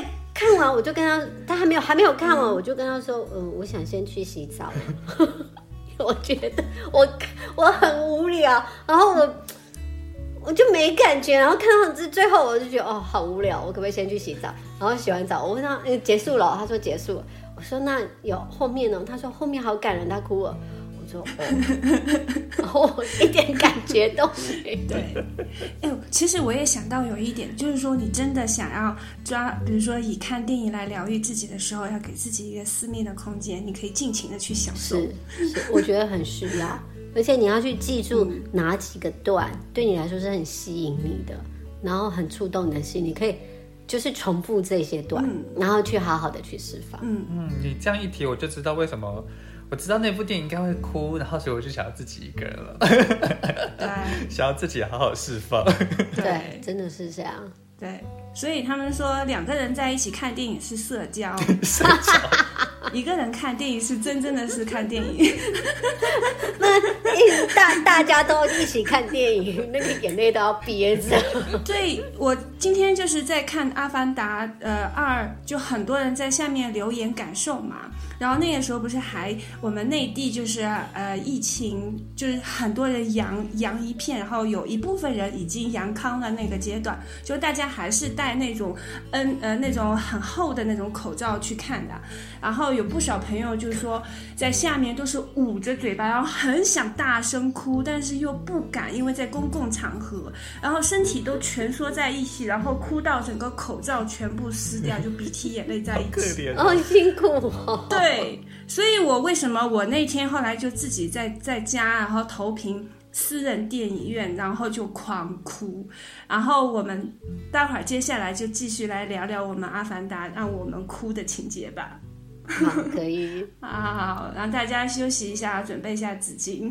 看完我就跟他，他还没有还没有看完，我就跟他说，嗯，我想先去洗澡了。我觉得我我很无聊，然后我我就没感觉，然后看到这最后我就觉得哦好无聊，我可不可以先去洗澡？然后洗完澡，我问他、欸、结束了，他说结束了。我说那有后面呢？他说后面好感人，他哭了。我说哦，然后我一点感觉都没。 对，哎，其实我也想到有一点，就是说你真的想要抓，比如说以看电影来疗愈自己的时候，要给自己一个私密的空间，你可以尽情的去享受。 是，是我觉得很需要，而且你要去记住哪几个段、嗯、对你来说是很吸引你的，然后很触动你的心，你可以就是重复这些段、嗯、然后去好好的去释放。 嗯嗯，你这样一提我就知道为什么我知道那部电影应该会哭，然后所以我就想要自己一个人了。对，想要自己好好释放。 对，真的是这样。 对，所以他们说两个人在一起看电影是社交， 社交一个人看电影是真正的是看电影。 那大大家都一起看电影，那个眼泪都要憋着。 对，我今天就是在看《阿凡达》呃二，就很多人在下面留言感受嘛。然后那个时候不是还我们内地就是呃疫情，就是很多人阳阳一片，然后有一部分人已经阳康了那个阶段，就大家还是戴那种嗯呃那种很厚的那种口罩去看的。然后有不少朋友就说在下面都是捂着嘴巴，然后很想大声哭，但是又不敢，因为在公共场合，然后身体都蜷缩在一起，然后哭到整个口罩全部撕掉，就鼻涕眼泪在一起。 好哦，辛苦哦。 对，所以我为什么我那天后来就自己在在家，然后投屏私人电影院，然后就狂哭。然后我们待会儿接下来就继续来聊聊我们阿凡达让我们哭的情节吧。 好，可以。 好好好，让大家休息一下，准备一下纸巾。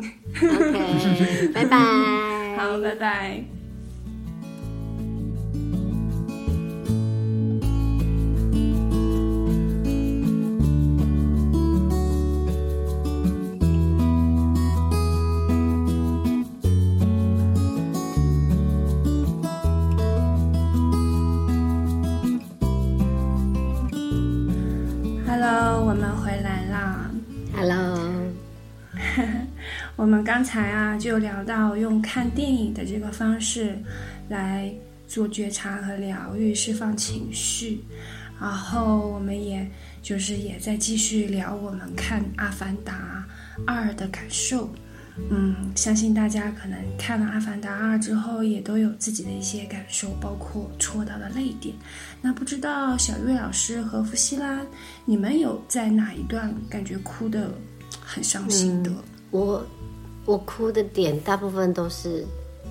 OK， 拜拜。 好，拜拜。我们刚才啊就聊到用看电影的这个方式来做觉察和疗愈，释放情绪，然后我们也就是也在继续聊我们看《阿凡达二》的感受。嗯，相信大家可能看了《阿凡达二》之后也都有自己的一些感受，包括戳到的泪点。那不知道小月老师和夫西拉，你们有在哪一段感觉哭得很伤心的？ 嗯、我我哭的点大部分都是，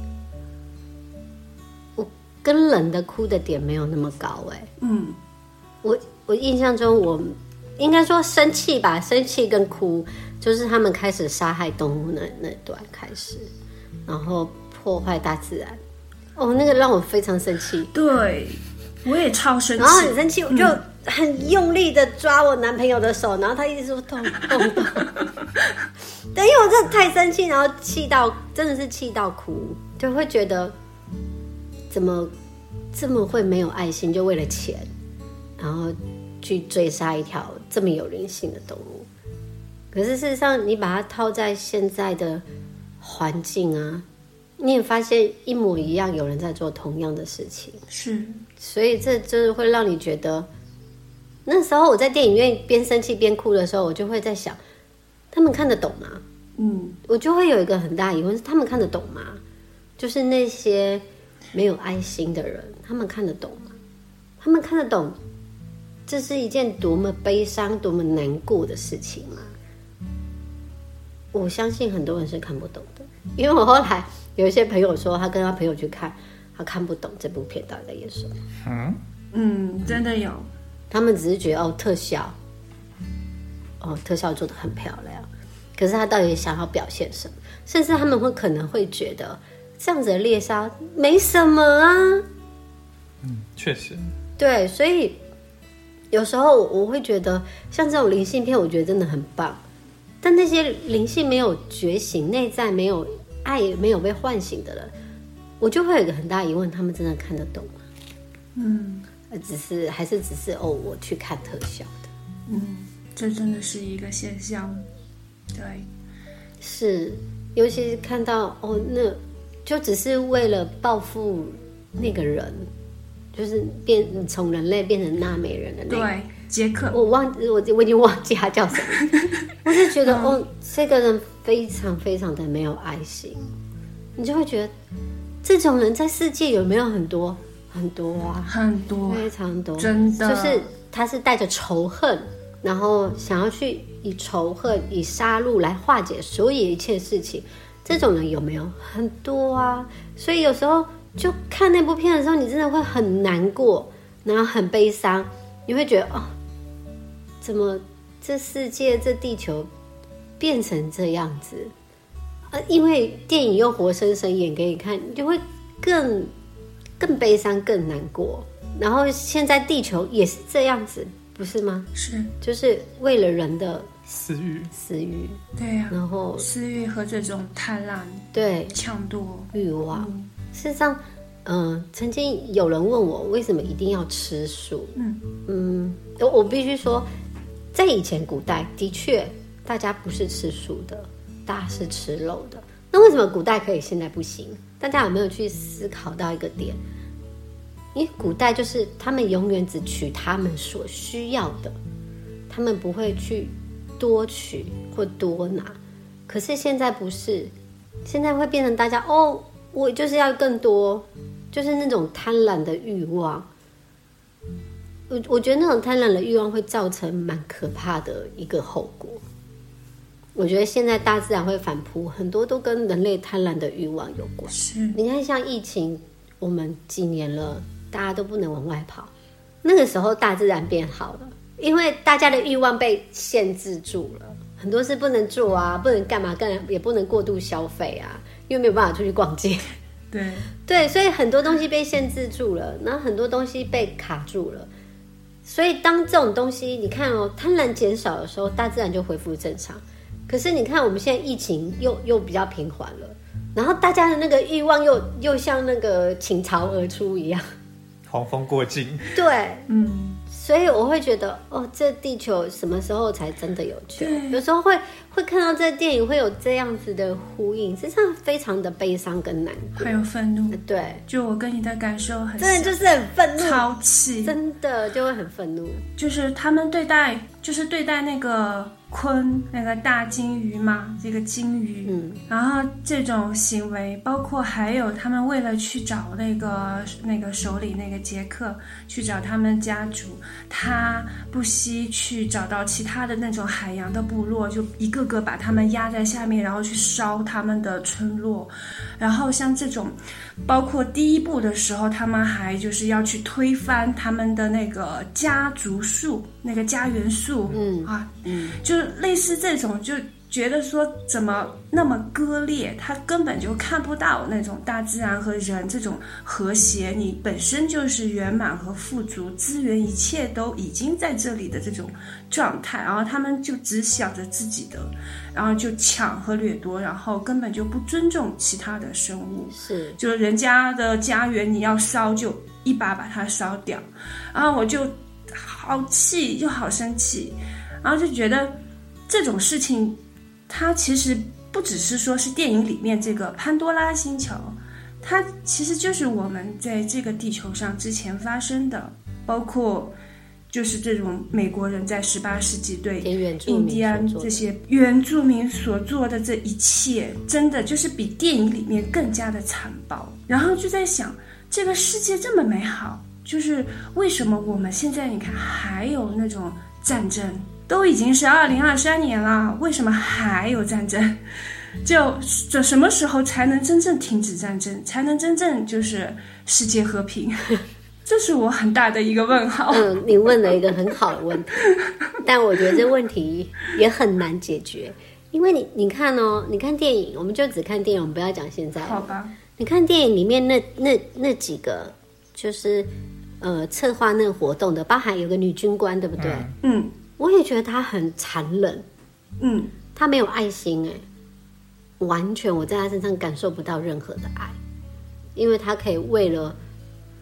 我跟人的哭的点没有那么高哎、欸。嗯，我我印象中我应该说生气吧，生气跟哭就是他们开始杀害动物那那段开始，然后破坏大自然。哦，那个让我非常生气。 对，我也超生气， 然后很生气，我就很用力的抓我男朋友的手，然后他一直说痛痛痛。对，因为我真的太生气，然后气到真的是气到哭，就会觉得怎么这么会没有爱心，就为了钱，然后去追杀一条这么有灵性的动物。可是事实上，你把它套在现在的环境啊，你也发现一模一样，有人在做同样的事情。 是， 所以这就是会让你觉得，那时候我在电影院边生气边哭的时候，我就会在想，他们看得懂吗？嗯，我就会有一个很大疑问，是他们看得懂吗？就是那些没有爱心的人，他们看得懂吗？他们看得懂这是一件多么悲伤、多么难过的事情吗？我相信很多人是看不懂的，因为我后来有一些朋友说，他跟他朋友去看，他看不懂这部片到底在演什么。 嗯嗯，真的有， 他们只是觉得哦特效，哦特效做得很漂亮，可是他到底想要表现什么？甚至他们会可能会觉得这样子的猎杀没什么啊。 嗯，确实。 对，所以有时候我会觉得，像这种灵性片，我觉得真的很棒。但那些灵性没有觉醒、内在没有爱、没有被唤醒的人，我就会有一个很大疑问：他们真的看得懂吗？ 嗯， 只是还是只是哦，我去看特效的。 嗯，这真的是一个现象。对， 是，尤其是看到哦，那就只是为了报复那个人，就是变从人类变成纳美人的那个。 对，杰克， 我忘我我已经忘记他叫什么，我是觉得、嗯、哦，这个人非常非常的没有爱心，你就会觉得这种人在世界有没有很多很多啊？ 很多， 非常多， 真的， 就是他是带着仇恨，然后想要去以仇恨、以杀戮来化解所有一切事情，这种人有没有很多啊？所以有时候就看那部片的时候，你真的会很难过，然后很悲伤，你会觉得哦，怎么这世界、这地球变成这样子？呃，因为电影又活生生演给你看，你就会更更悲伤、更难过。然后现在地球也是这样子，不是吗？ 是， 就是为了人的私欲， 私欲， 对呀、啊， 然后私欲和这种贪婪、 对抢夺、 欲望。 嗯、 事实上，嗯、呃，曾经有人问我为什么一定要吃素。 嗯嗯，我我必须说，在以前古代的确大家不是吃素的，大家是吃肉的。那为什么古代可以，现在不行？大家有没有去思考到一个点？因为古代就是他们永远只取他们所需要的，他们不会去多取或多拿。可是现在不是，现在会变成大家哦，我就是要更多，就是那种贪婪的欲望。我我觉得那种贪婪的欲望会造成蛮可怕的一个后果。我觉得现在大自然会反扑，很多都跟人类贪婪的欲望有关。 是， 你看像疫情，我们几年了，大家都不能往外跑，那个时候大自然变好了，因为大家的欲望被限制住了，很多事不能做啊，不能干嘛干嘛，也不能过度消费啊，因为没有办法出去逛街。 对对，所以很多东西被限制住了，然后很多东西被卡住了。所以当这种东西，你看哦，贪婪减少的时候，大自然就恢复正常。可是你看我们现在疫情又又比较平缓了，然后大家的那个欲望又又像那个倾巢而出一样， 狂风过境。 对， 嗯， 所以我会觉得哦，这地球什么时候才真的有救？有时候会会看到这个电影会有这样子的呼应，实际上非常的悲伤跟难过， 还有愤怒。 对， 就我跟你的感受很像， 真的就是很愤怒， 超气， 真的就会很愤怒。 就是他们对待，就是对待那个鲲那个大金鱼嘛，这个金鱼， 嗯， 然后这种行为，包括还有他们为了去找那个那个首领那个杰克，去找他们家族，他不惜去找到其他的那种海洋的部落，就一个个把他们压在下面，然后去烧他们的村落。然后像这种，包括第一部的时候，他们还就是要去推翻他们的那个家族树，那个家园树， 嗯啊， 嗯， 就类似这种，就觉得说怎么那么割裂，他根本就看不到那种大自然和人这种和谐，你本身就是圆满和富足，资源一切都已经在这里的这种状态，然后他们就只想着自己的，然后就抢和掠夺，然后根本就不尊重其他的生物， 是， 就是人家的家园你要烧就一把把它烧掉，然后我就好气又好生气，然后就觉得这种事情它其实不只是说是电影里面这个潘多拉星球，它其实就是我们在这个地球上之前发生的，包括就是这种美国人在十八世纪对印第安这些原住民所做的这一切，真的就是比电影里面更加的残暴。然后就在想，这个世界这么美好，就是为什么我们现在你看还有那种战争，都已经是二零二三年了，为什么还有战争？就这什么时候才能真正停止战争，才能真正就是世界和平？这是我很大的一个问号。 嗯，你问了一个很好的问题，但我觉得这问题也很难解决，因为你你看哦，你看电影，我们就只看电影，我们不要讲现在。 好吧。 你看电影里面那那那几个，就是呃策划那个活动的，包含有个女军官，对不对？ 嗯， 我也觉得她很残忍， 嗯， 她没有爱心，哎，完全我在她身上感受不到任何的爱，因为她可以为了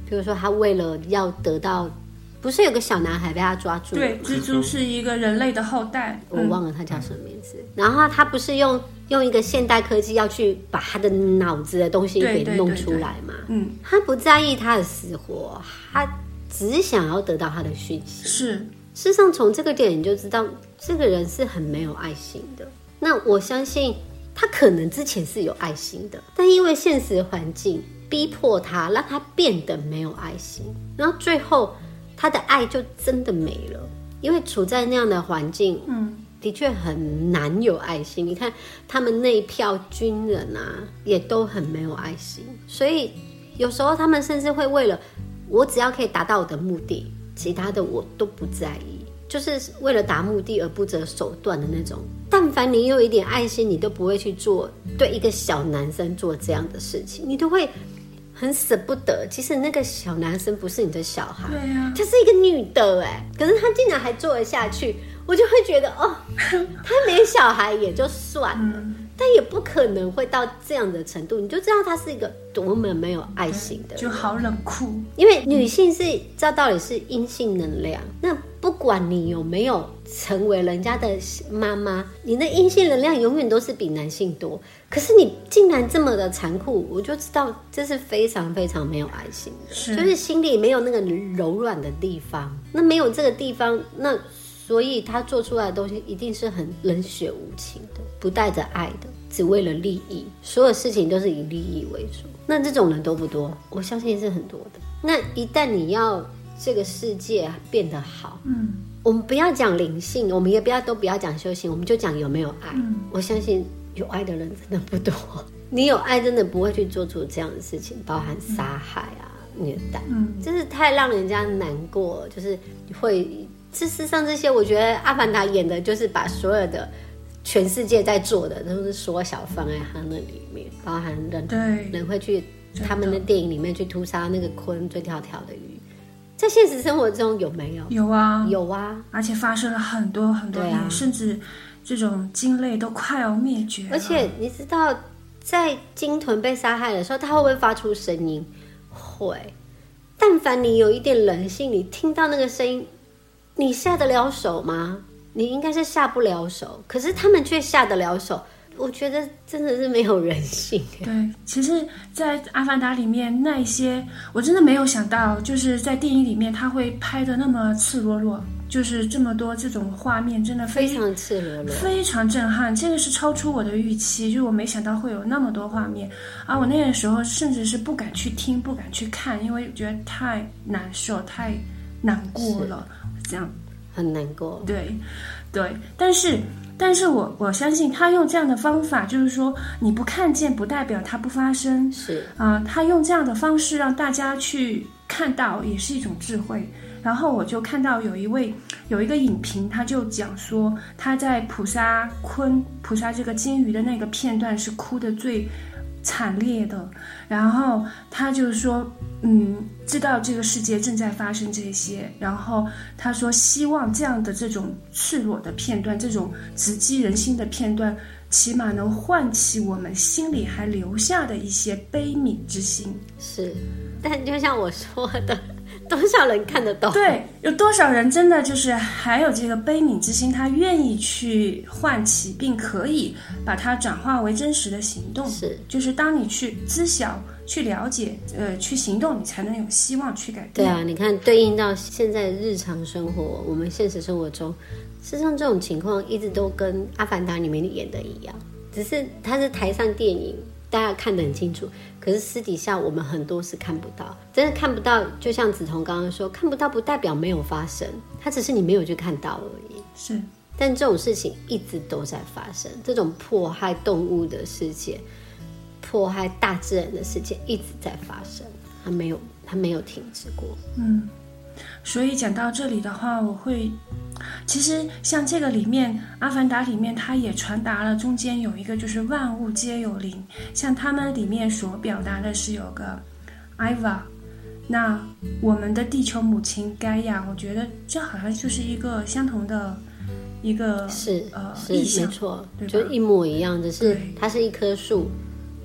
比如说他为了要得到，不是有个小男孩被他抓住了吗？ 对，蜘蛛是一个人类的后代， 我忘了他叫什么名字。嗯、然后他不是用用一个现代科技要去把他的脑子的东西给弄出来嘛？嗯，他不在意他的死活，他只想要得到他的讯息。 是， 事实上从这个点你就知道，这个人是很没有爱心的。那我相信他可能之前是有爱心的，但因为现实环境逼迫他，让他变得没有爱心，然后最后他的爱就真的没了。因为处在那样的环境，嗯，的确很难有爱心。你看他们那一票军人啊，也都很没有爱心，所以有时候他们甚至会为了我只要可以达到我的目的，其他的我都不在意，就是为了达目的而不择手段的那种。但凡你有一点爱心，你都不会去做对一个小男生做这样的事情，你都会很舍不得。其实那个小男生不是你的小孩， 对啊， 她是一个女的哎，可是她竟然还做得下去，我就会觉得哦，她没小孩也就算了。嗯，但也不可能会到这样的程度，你就知道她是一个多么没有爱心的人， 就好冷酷。 因为女性是照道理是阴性能量，那不管你有没有成为人家的妈妈，你的阴性能量永远都是比男性多。可是你竟然这么的残酷，我就知道这是非常非常没有爱心的， 是就是心里没有那个柔软的地方。那没有这个地方，那所以他做出来的东西一定是很冷血无情的，不带着爱的，只为了利益，所有事情都是以利益为主。那这种人多不多？我相信是很多的。那一旦你要这个世界变得好，嗯，我们不要讲灵性，我们也不要都不要讲修行，我们就讲有没有爱。嗯，我相信有爱的人真的不多。你有爱，真的不会去做出这样的事情，包含杀害啊、虐待，嗯，真是太让人家难过。就是会，事实上这些，我觉得阿凡达演的就是把所有的全世界在做的都是缩小放在他那里面，包含人对人会去他们的电影里面去屠杀那个鲲追跳跳的鱼，在现实生活中有没有？ 有啊， 有啊， 而且发生了很多很多年，啊，甚至这种鲸类都快要灭绝了。 而且你知道，在鲸豚被杀害的时候，它会不会发出声音？会。但凡你有一点人性，你听到那个声音，你下得了手吗？你应该是下不了手，可是他们却下得了手。我觉得真的是没有人性。 对，其实在阿凡达里面那一些我真的没有想到，就是在电影里面他会拍的那么赤裸裸，就是这么多这种画面，真的非非常赤裸裸， 非常震撼。这个是超出我的预期，就是我没想到会有那么多画面啊！我那个时候甚至是不敢去听，不敢去看，因为觉得太难受，太难过了，这样很难过。 对对，但是但是我我相信他用这样的方法，就是说你不看见不代表它不发生， 是啊、呃，他用这样的方式让大家去看到，也是一种智慧。然后我就看到有一位有一个影评，他就讲说他在捕杀鲲捕杀这个鲸鱼的那个片段是哭得最惨烈的，然后他就说嗯，知道这个世界正在发生这些，然后他说希望这样的这种赤裸的片段，这种直击人心的片段，起码能唤起我们心里还留下的一些悲悯之心。 是，但就像我说的，多少人看得懂？ 对，有多少人真的就是还有这个悲悯之心，他愿意去唤起，并可以把它转化为真实的行动。 是， 就是当你去知晓、去了解、呃，去行动，你才能有希望去改变。 对啊，你看，对应到现在日常生活，我们现实生活中，事实上这种情况一直都跟《阿凡达》里面演的一样，只是它是台上电影，大家看得很清楚，可是私底下我们很多是看不到，真的看不到。就像梓潼刚刚说，看不到不代表没有发生，它只是你没有去看到而已。 是， 但这种事情一直都在发生，这种迫害动物的事件，迫害大自然的事件一直在发生，它没有，它没有停止过。 嗯，所以讲到这里的话，我会，其实像这个里面，《阿凡达》里面，它也传达了中间有一个就是万物皆有灵，像他们里面所表达的是有个 Iva， 那我们的地球母亲盖亚，我觉得这好像就是一个相同的一个是呃是意象， 没错， 对吧？ 就一模一样，只是它是一棵树，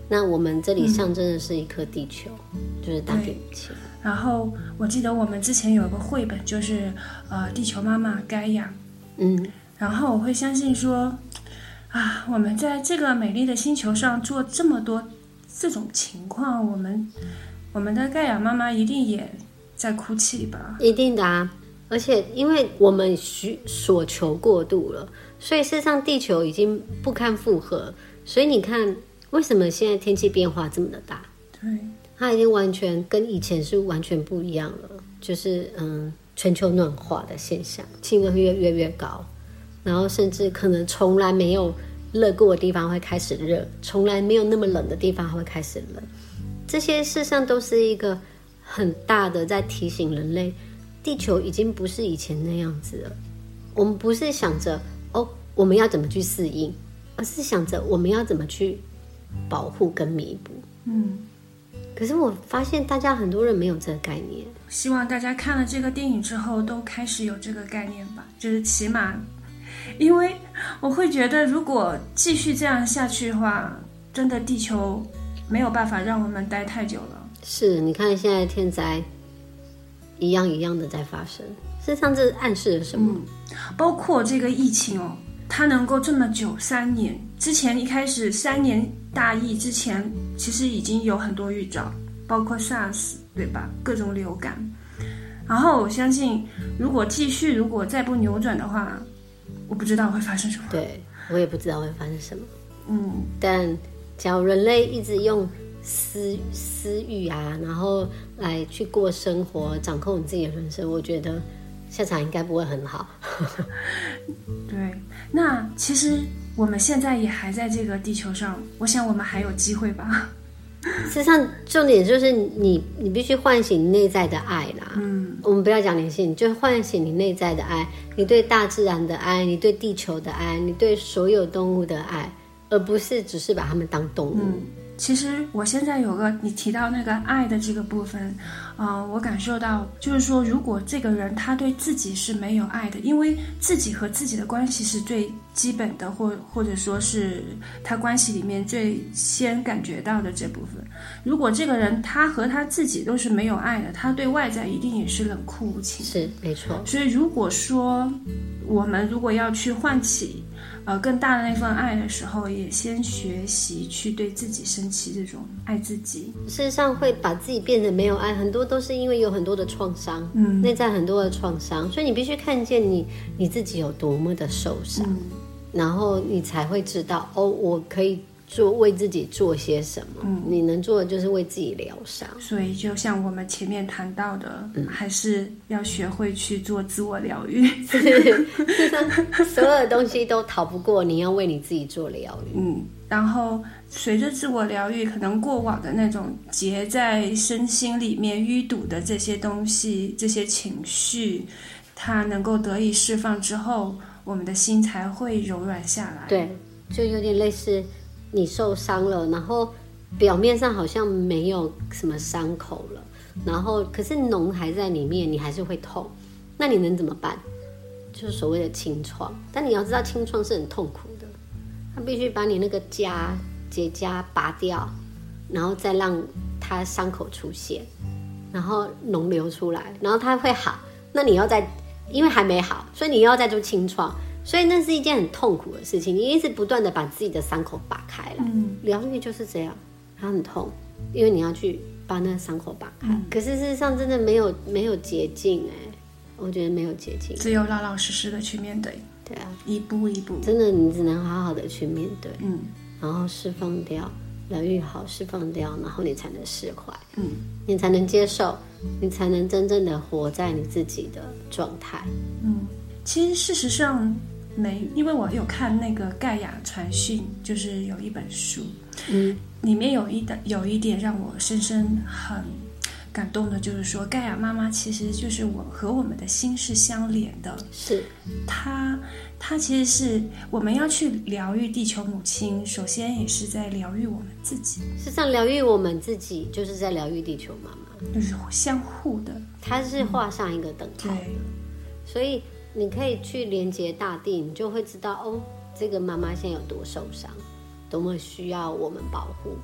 那我们这里象征的是一颗地球，嗯、就是大地母亲。 然后我记得我们之前有一个绘本，就是呃地球妈妈盖亚， 嗯， 然后我会相信说，啊，我们在这个美丽的星球上做这么多这种情况，我们我们的盖亚妈妈一定也在哭泣吧？ 一定的啊！而且因为我们需所求过度了，所以事实上地球已经不堪负荷。所以你看，为什么现在天气变化这么的大？ 对。 它已经完全跟以前是完全不一样了，就是嗯，全球暖化的现象，气温会越越越高，然后甚至可能从来没有热过的地方会开始热，从来没有那么冷的地方会开始冷。这些事实上都是一个很大的在提醒人类，地球已经不是以前那样子了。我们不是想着哦，我们要怎么去适应，而是想着我们要怎么去保护跟弥补。 嗯。 可是我发现大家很多人没有这个概念， 希望大家看了这个电影之后都开始有这个概念吧，就是起码，因为我会觉得如果继续这样下去的话，真的地球没有办法让我们待太久了。 是，你看现在天灾一样一样的在发生，事实上这暗示了什么？ 嗯，包括这个疫情哦，它能够这么久，三年之前一开始三年大疫之前，其实已经有很多预兆，包括 SARS 对吧？各种流感。然后我相信，如果继续，如果再不扭转的话，我不知道会发生什么。 对，我也不知道会发生什么。 嗯， 但假如人类一直用私私欲啊，然后来去过生活，掌控你自己的人生，我觉得下场应该不会很好。 对，那其实我们现在也还在这个地球上，我想我们还有机会吧。 事实上，重点就是你，你必须唤醒你内在的爱啦。 嗯， 我们不要讲灵性，就唤醒你内在的爱，你对大自然的爱，你对地球的爱，你对所有动物的爱，而不是只是把它们当动物。 嗯，其实我现在有个你提到那个爱的这个部分，呃，我感受到就是说，如果这个人他对自己是没有爱的，因为自己和自己的关系是最基本的，或或者说是他关系里面最先感觉到的这部分。如果这个人他和他自己都是没有爱的，他对外在一定也是冷酷无情。 是，没错。 所以如果说我们如果要去唤起呃更大的那份爱的时候，也先学习去对自己升起这种爱自己。 事实上会把自己变得没有爱，很多都是因为有很多的创伤，嗯，内在很多的创伤，所以你必须看见你你自己有多么的受伤，嗯，然后你才会知道哦，我可以做为自己做些什么。嗯，你能做的就是为自己疗伤。 所以就像我们前面谈到的，嗯，还是要学会去做自我疗愈。 是，事实上所有的东西都逃不过你要为你自己做疗愈。 嗯，然后随着自我疗愈，可能过往的那种结在身心里面淤堵的这些东西，这些情绪，它能够得以释放之后，我们的心才会柔软下来。 对，就有点类似你受伤了，然后表面上好像没有什么伤口了，然后可是脓还在里面，你还是会痛。那你能怎么办？就是所谓的清创。但你要知道，清创是很痛苦的，它必须把你那个痂结痂拔掉，然后再让它伤口出现，然后脓流出来，然后它会好。那你要再，因为还没好，所以你要再做清创。所以那是一件很痛苦的事情，你一直不断的把自己的伤口拔开来。嗯，疗愈就是这样，它很痛，因为你要去把那个伤口拔开。嗯，可是事实上真的没有没有捷径哎，我觉得没有捷径， 只有老老实实的去面对。 对啊， 一步一步， 真的你只能好好的去面对， 嗯， 然后释放掉，疗愈好，释放掉，然后你才能释怀， 嗯， 你才能接受，你才能真正的活在你自己的状态。 嗯，其实事实上。没，因为我有看那个盖亚传讯，就是有一本书， 嗯， 里面有一点有一点让我深深很感动的，就是说盖亚妈妈其实就是我和我们的心是相连的， 是她她其实是我们要去疗愈地球母亲，首先也是在疗愈我们自己。 事实上，疗愈我们自己就是在疗愈地球妈妈， 就是相互的， 它是画上一个等号的， 对， 所以。你可以去连接大地，你就会知道哦，这个妈妈现在有多受伤，多么需要我们保护。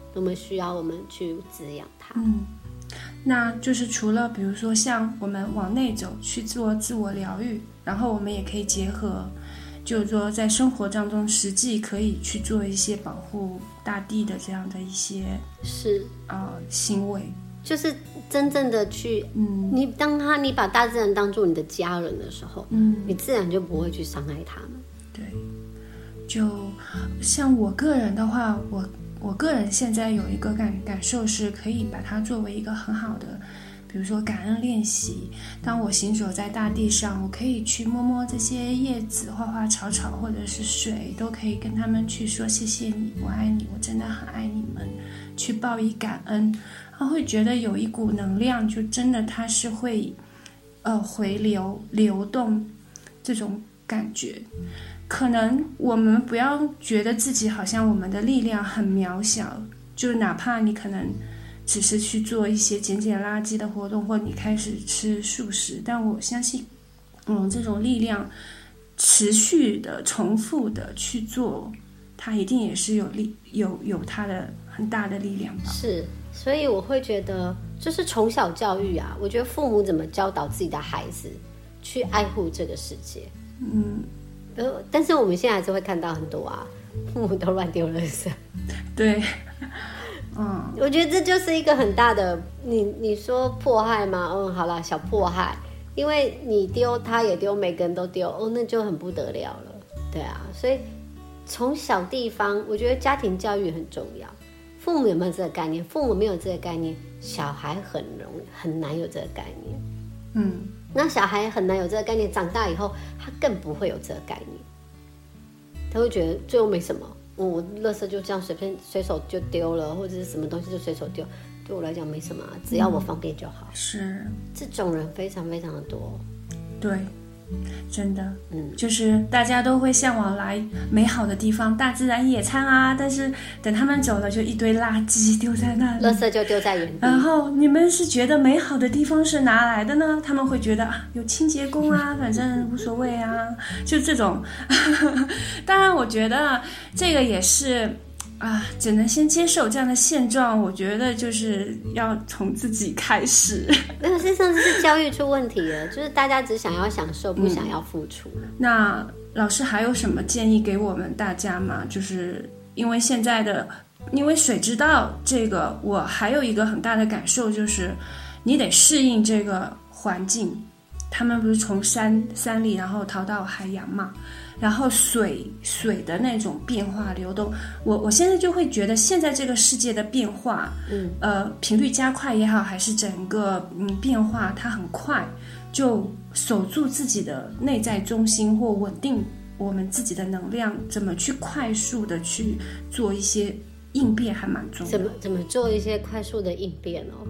那么需要我们去滋养它。 嗯，那就是除了比如说像我们往内走去做自我疗愈，然后我们也可以结合就是说在生活当中实际可以去做一些保护大地的这样的一些是呃行为， 就是真正的去，嗯，你当他你把大自然当做你的家人的时候，嗯，你自然就不会去伤害他们。 对，就像我个人的话，我我个人现在有一个感感受是可以把它作为一个很好的，比如说感恩练习。当我行走在大地上，我可以去摸摸这些叶子、花花草草，或者是水，都可以跟他们去说谢谢你，我爱你，我真的很爱你们，去报以感恩。他会觉得有一股能量，就真的它是会呃回流流动这种感觉。可能我们不要觉得自己好像我们的力量很渺小，就哪怕你可能只是去做一些捡捡垃圾的活动，或你开始吃素食，但我相信嗯，这种力量持续的重复的去做，它一定也是有力有有它的很大的力量吧。 是，所以我会觉得就是从小教育啊，我觉得父母怎么教导自己的孩子去爱护这个世界。 嗯， 呃，但是我们现在还是会看到很多啊，父母都乱丢垃圾。 对，嗯， 我觉得这就是一个很大的，你你说迫害吗？嗯，好啦，小迫害，因为你丢，他也丢，每个人都丢，哦，那就很不得了了。对啊，所以从小地方，我觉得家庭教育很重要。父母有没有这个概念？父母没有这个概念，小孩很容很难有这个概念。 嗯， 那小孩很难有这个概念，长大以后他更不会有这个概念，他会觉得最后没什么，哦、我垃圾就这样随便随手就丢了，或者是什么东西就随手丢，对我来讲没什么、啊，只要我方便就好。 嗯、是， 这种人非常非常的多。 对。真的， 嗯， 就是大家都会向往来美好的地方，大自然野餐啊，但是等他们走了，就一堆垃圾丢在那里， 垃圾就丢在原地。 然后你们是觉得美好的地方是哪来的呢？他们会觉得啊，有清洁工啊，反正无所谓啊，就这种。当然，我觉得这个也是。啊，只能先接受这样的现状。我觉得就是要从自己开始。 那个事实上是教育出问题了，就是大家只想要享受，不想要付出。 嗯、那老师还有什么建议给我们大家吗？就是因为现在的，因为水之道这个，我还有一个很大的感受就是，你得适应这个环境。他们不是从山山里然后逃到海洋嘛？然后水水的那种变化流动，我我现在就会觉得现在这个世界的变化，嗯，呃，频率加快也好，还是整个嗯变化它很快，就守住自己的内在中心或稳定我们自己的能量，怎么去快速的去做一些应变还蛮重要的。 怎么怎么做一些快速的应变哦？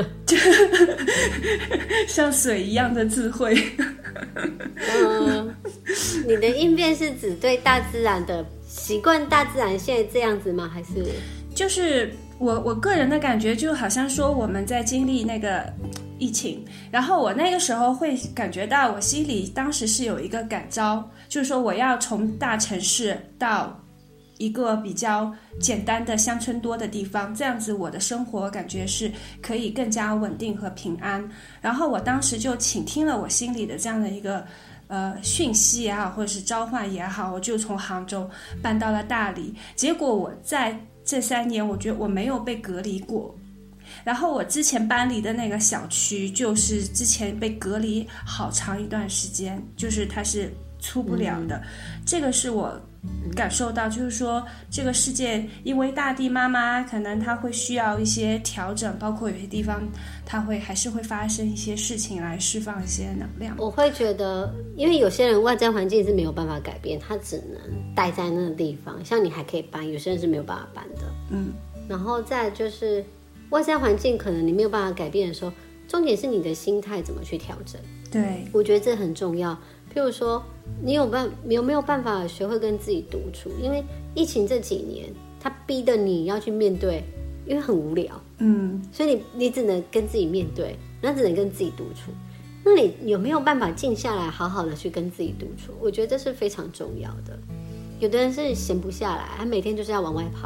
像水一样的智慧。 嗯，你的应变是指对大自然的习惯，大自然现在这样子吗？还是就是我我个人的感觉，就好像说我们在经历那个疫情，然后我那个时候会感觉到我心里当时是有一个感召，就是说我要从大城市到一个比较简单的乡村多的地方，这样子我的生活感觉是可以更加稳定和平安。然后我当时就倾听了我心里的这样的一个呃讯息也好，或者是召唤也好，我就从杭州搬到了大理。结果我在这三年，我觉得我没有被隔离过。然后我之前搬离的那个小区，就是之前被隔离好长一段时间，就是它是出不了的。嗯、这个是我感受到，就是说这个世界因为大地妈妈可能她会需要一些调整，包括有些地方它会还是会发生一些事情来释放一些能量。 我会觉得因为有些人外在环境是没有办法改变，他只能待在那个地方，像你还可以搬，有些人是没有办法搬的。嗯，然后再就是外在环境可能你没有办法改变的时候，重点是你的心态怎么去调整。 对， 我觉得这很重要。譬如说你有办你有没有办法学会跟自己独处，因为疫情这几年它逼得你要去面对，因为很无聊，嗯，所以你你只能跟自己面对，那只能跟自己独处。那你有没有办法静下来好好的去跟自己独处？我觉得这是非常重要的。有的人是闲不下来，他每天就是要往外跑，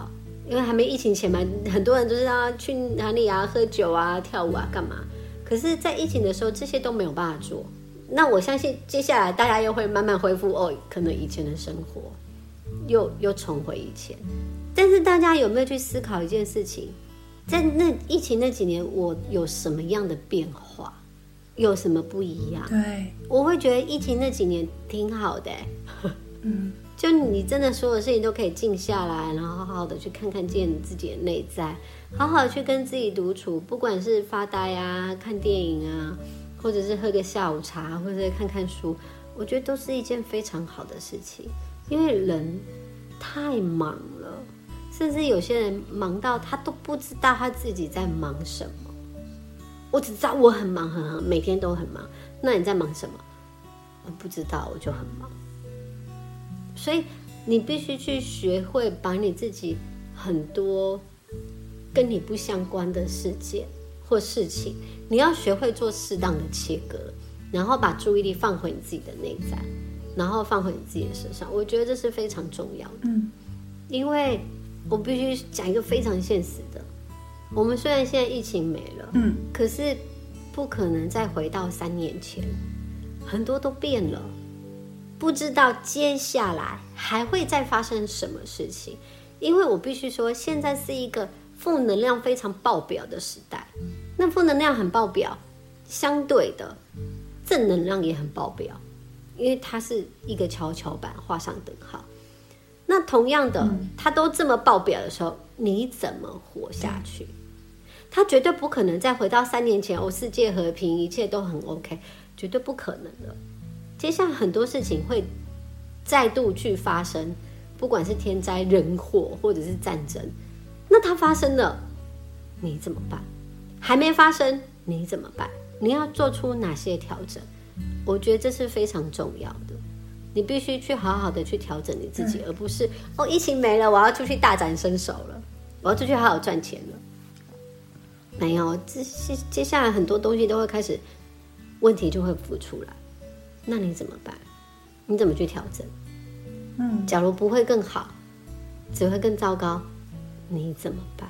因为还没疫情前嘛，很多人都是要去哪里啊，喝酒啊，跳舞啊，干嘛？可是，在疫情的时候，这些都没有办法做。那我相信接下来大家又会慢慢恢复哦，可能以前的生活又又重回以前。但是大家有没有去思考一件事情？在那疫情那几年，我有什么样的变化？有什么不一样？ 对， 我会觉得疫情那几年挺好的、欸， 嗯， 就你真的所有事情都可以静下来，然后好好的去看看见你自己的内在，好好的去跟自己独处，不管是发呆啊、看电影啊，或者是喝个下午茶，或者是看看书，我觉得都是一件非常好的事情。因为人太忙了，甚至有些人忙到他都不知道他自己在忙什么。我只知道我很忙很忙，每天都很忙。那你在忙什么？我不知道，我就很忙。所以你必须去学会把你自己很多跟你不相关的事件或事情，你要学会做适当的切割，然后把注意力放回你自己的内在，然后放回你自己的身上。我觉得这是非常重要的。 嗯， 因为我必须讲一个非常现实的，我们虽然现在疫情没了， 嗯， 可是不可能再回到三年前，很多都变了，不知道接下来还会再发生什么事情。因为我必须说，现在是一个负能量非常爆表的时代，那负能量很爆表，相对的正能量也很爆表，因为它是一个跷跷板，画上等号。那同样的，它都这么爆表的时候，你怎么活下去？它绝对不可能再回到三年前，哦，世界和平，一切都很 OK， 绝对不可能的。接下来很多事情会再度去发生，不管是天灾人祸或者是战争，那它发生了，你怎么办？还没发生，你怎么办？你要做出哪些调整？我觉得这是非常重要的。你必须去好好的去调整你自己，而不是哦，疫情没了，我要出去大展身手了，我要出去好好赚钱了。没有，这接下来很多东西都会开始，问题就会浮出来。那你怎么办？你怎么去调整？ 嗯， 假如不会更好，只会更糟糕，你怎么办？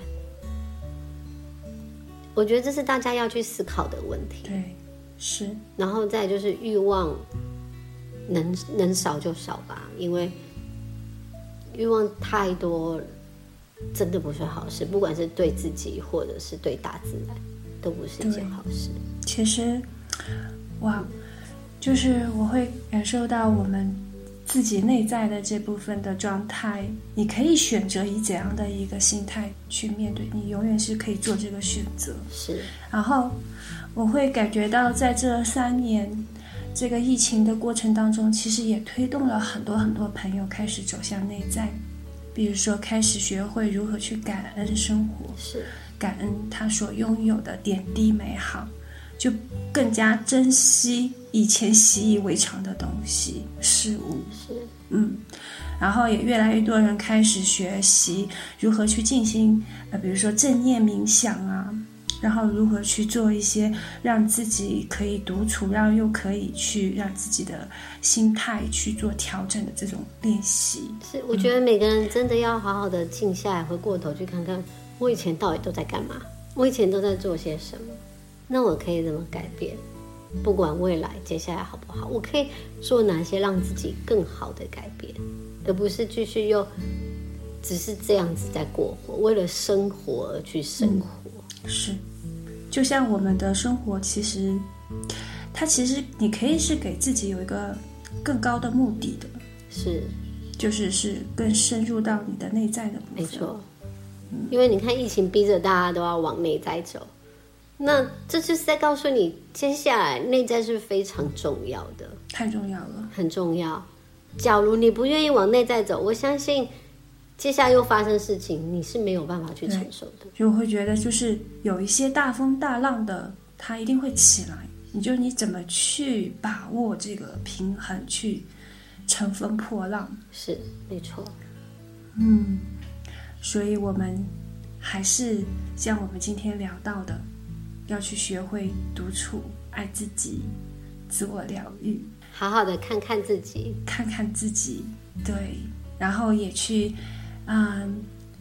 我觉得这是大家要去思考的问题。 对，是。 然后再就是欲望。能能少就少吧，因为欲望太多真的不是好事，不管是对自己或者是对大自然，都不是一件好事。 其实哇，就是我会感受到我们自己内在的这部分的状态，你可以选择以怎样的一个心态去面对，你永远是可以做这个选择。 是。然后我会感觉到在这三年这个疫情的过程当中，其实也推动了很多很多朋友开始走向内在，比如说开始学会如何去感恩生活， 是感恩他所拥有的点滴美好，就更加珍惜以前习以为常的东西事物。 是， 嗯，然后也越来越多人开始学习如何去进行，呃，比如说正念冥想啊。然后如何去做一些让自己可以独处，然后又可以去让自己的心态去做调整的这种练习。 是，我觉得每个人真的要好好的静下来，回过头去看看我以前到底都在干嘛，我以前都在做些什么，那我可以怎么改变？不管未来接下来好不好，我可以做哪些让自己更好的改变，而不是继续又只是这样子在过活，为了生活而去生活。 嗯，是。就像我们的生活，其实它其实你可以是给自己有一个更高的目的的， 是， 就是是更深入到你的内在的部分。 没错，嗯，因为你看疫情逼着大家都要往内在走，那这就是在告诉你，接下来内在是非常重要的， 太重要了， 很重要。假如你不愿意往内在走，我相信接下来又发生事情，你是没有办法去承受的。 就会觉得就是有一些大风大浪的，它一定会起来，你就你怎么去把握这个平衡，去乘风破浪。 是，没错。 嗯，所以我们还是像我们今天聊到的，要去学会独处，爱自己，自我疗愈， 好好的看看自己， 看看自己，对，然后也去嗯，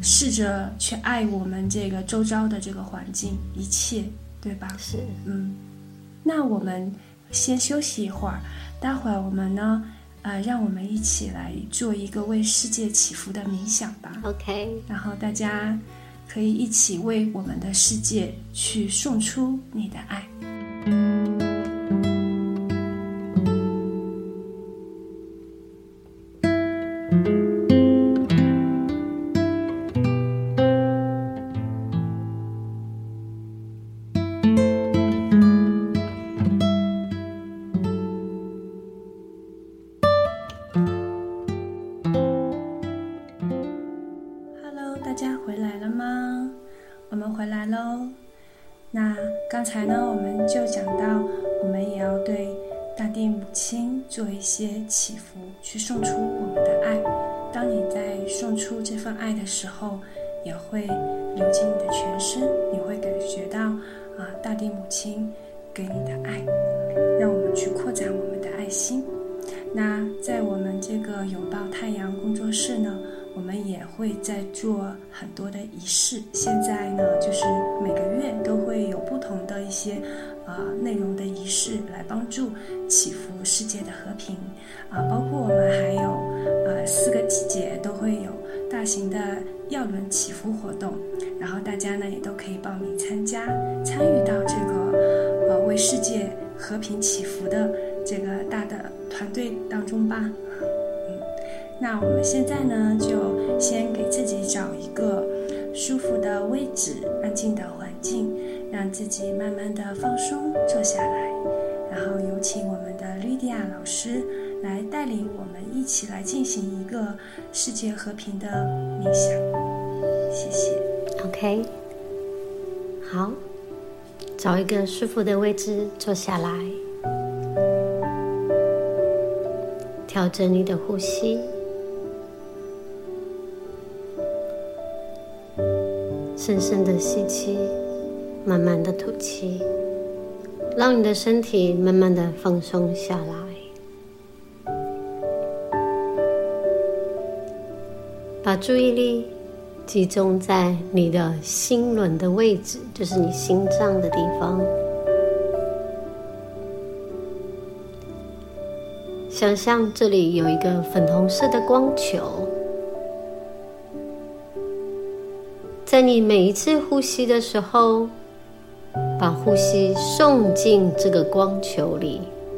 试着去爱我们这个周遭的这个环境，一切，对吧？ 是， 嗯，那我们先休息一会儿，待会儿我们呢，呃，让我们一起来做一个为世界祈福的冥想吧。 OK， 然后大家可以一起为我们的世界去送出你的爱。大家回来了吗？我们回来咯。那刚才呢，我们就讲到，我们也要对大地母亲做一些祈福，去送出我们的爱。当你在送出这份爱的时候，也会流进你的全身，你会感觉到啊、呃，大地母亲给你的爱，让我们去扩展我们的爱心。那在我们这个拥抱太阳工作室呢，我们也会在做很多的仪式。现在呢，就是每个月都会有不同的一些呃内容的仪式，来帮助祈福世界的和平啊、呃。包括我们还有呃四个季节都会有大型的药轮祈福活动，然后大家呢也都可以报名参加，参与到这个呃为世界和平祈福的这个大的团队当中吧。那我们现在呢，就先给自己找一个舒服的位置，安静的环境，让自己慢慢的放松坐下来，然后有请我们的 Lydia 老师来带领我们一起来进行一个世界和平的冥想。谢谢。 OK， 好，找一个舒服的位置坐下来，调整你的呼吸，深深的吸气，慢慢的吐气，让你的身体慢慢的放松下来。把注意力集中在你的心轮的位置，就是你心脏的地方。想象这里有一个粉红色的光球，在你每一次呼吸的时候，把呼吸送进这个光球里。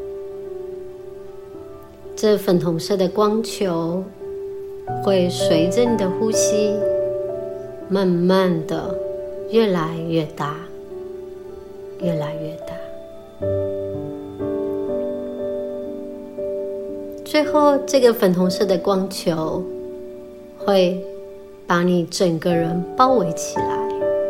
这粉红色的光球会随着你的呼吸，慢慢的越来越大，越来越大。最后，这个粉红色的光球会把你整个人包围起来，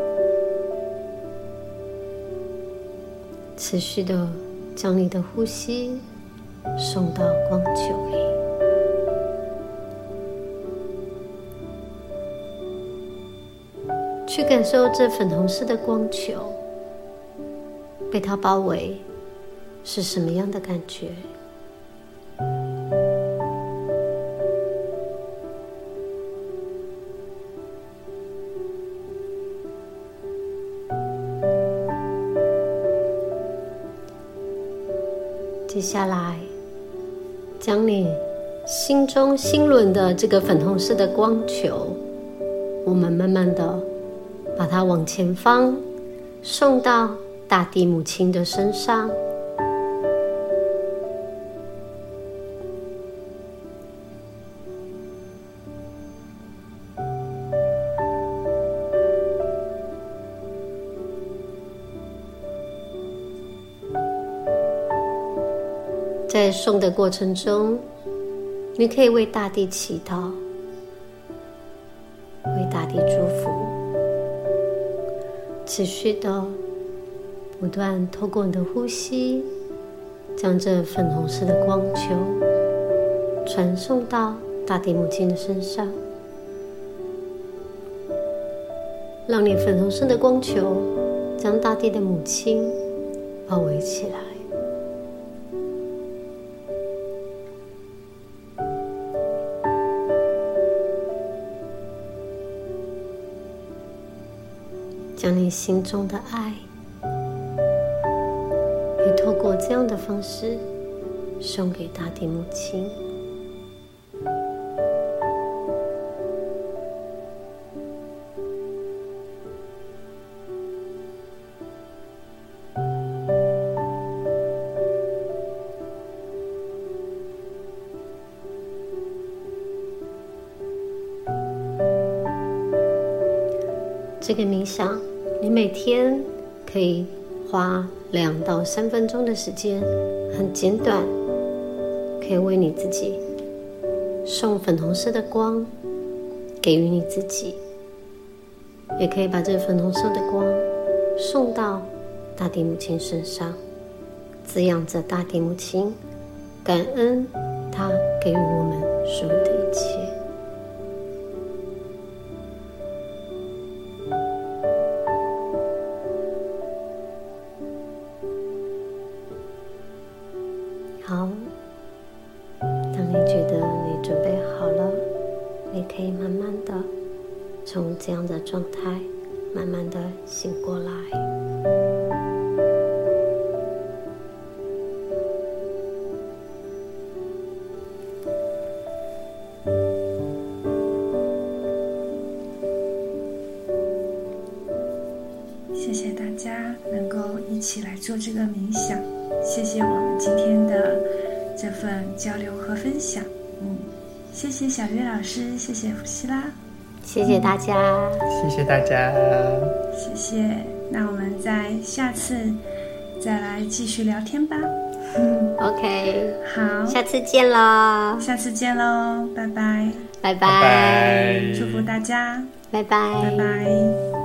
持续的将你的呼吸送到光球里。去感受这粉红色的光球被它包围是什么样的感觉。接下来，将你心中心轮的这个粉红色的光球，我们慢慢的把它往前方送到大地母亲的身上。在送的过程中，你可以为大地祈祷，为大地祝福，持续的不断透过你的呼吸，将这粉红色的光球传送到大地母亲的身上，让你粉红色的光球将大地的母亲包围起来。 将你心中的爱，也透过这样的方式送给大地母亲。这个冥想，你每天可以花两到三分钟的时间，很简短，可以为你自己送粉红色的光，给予你自己，也可以把这粉红色的光送到大地母亲身上，滋养着大地母亲，感恩她给予我们所有的一切。好，当你觉得你准备好了，你可以慢慢的从这样的状态慢慢的醒过来。 谢谢大家能够一起来做这个冥想，谢谢我们今天的这份交流和分享。嗯，谢谢小月老师，谢谢伏羲拉， 谢谢大家， 谢谢大家， 谢谢。那我们在下次再来继续聊天吧。嗯 OK， 好， 下次见咯， 下次见喽，拜拜， 拜拜， 拜拜， 祝福大家， 拜拜， 拜拜。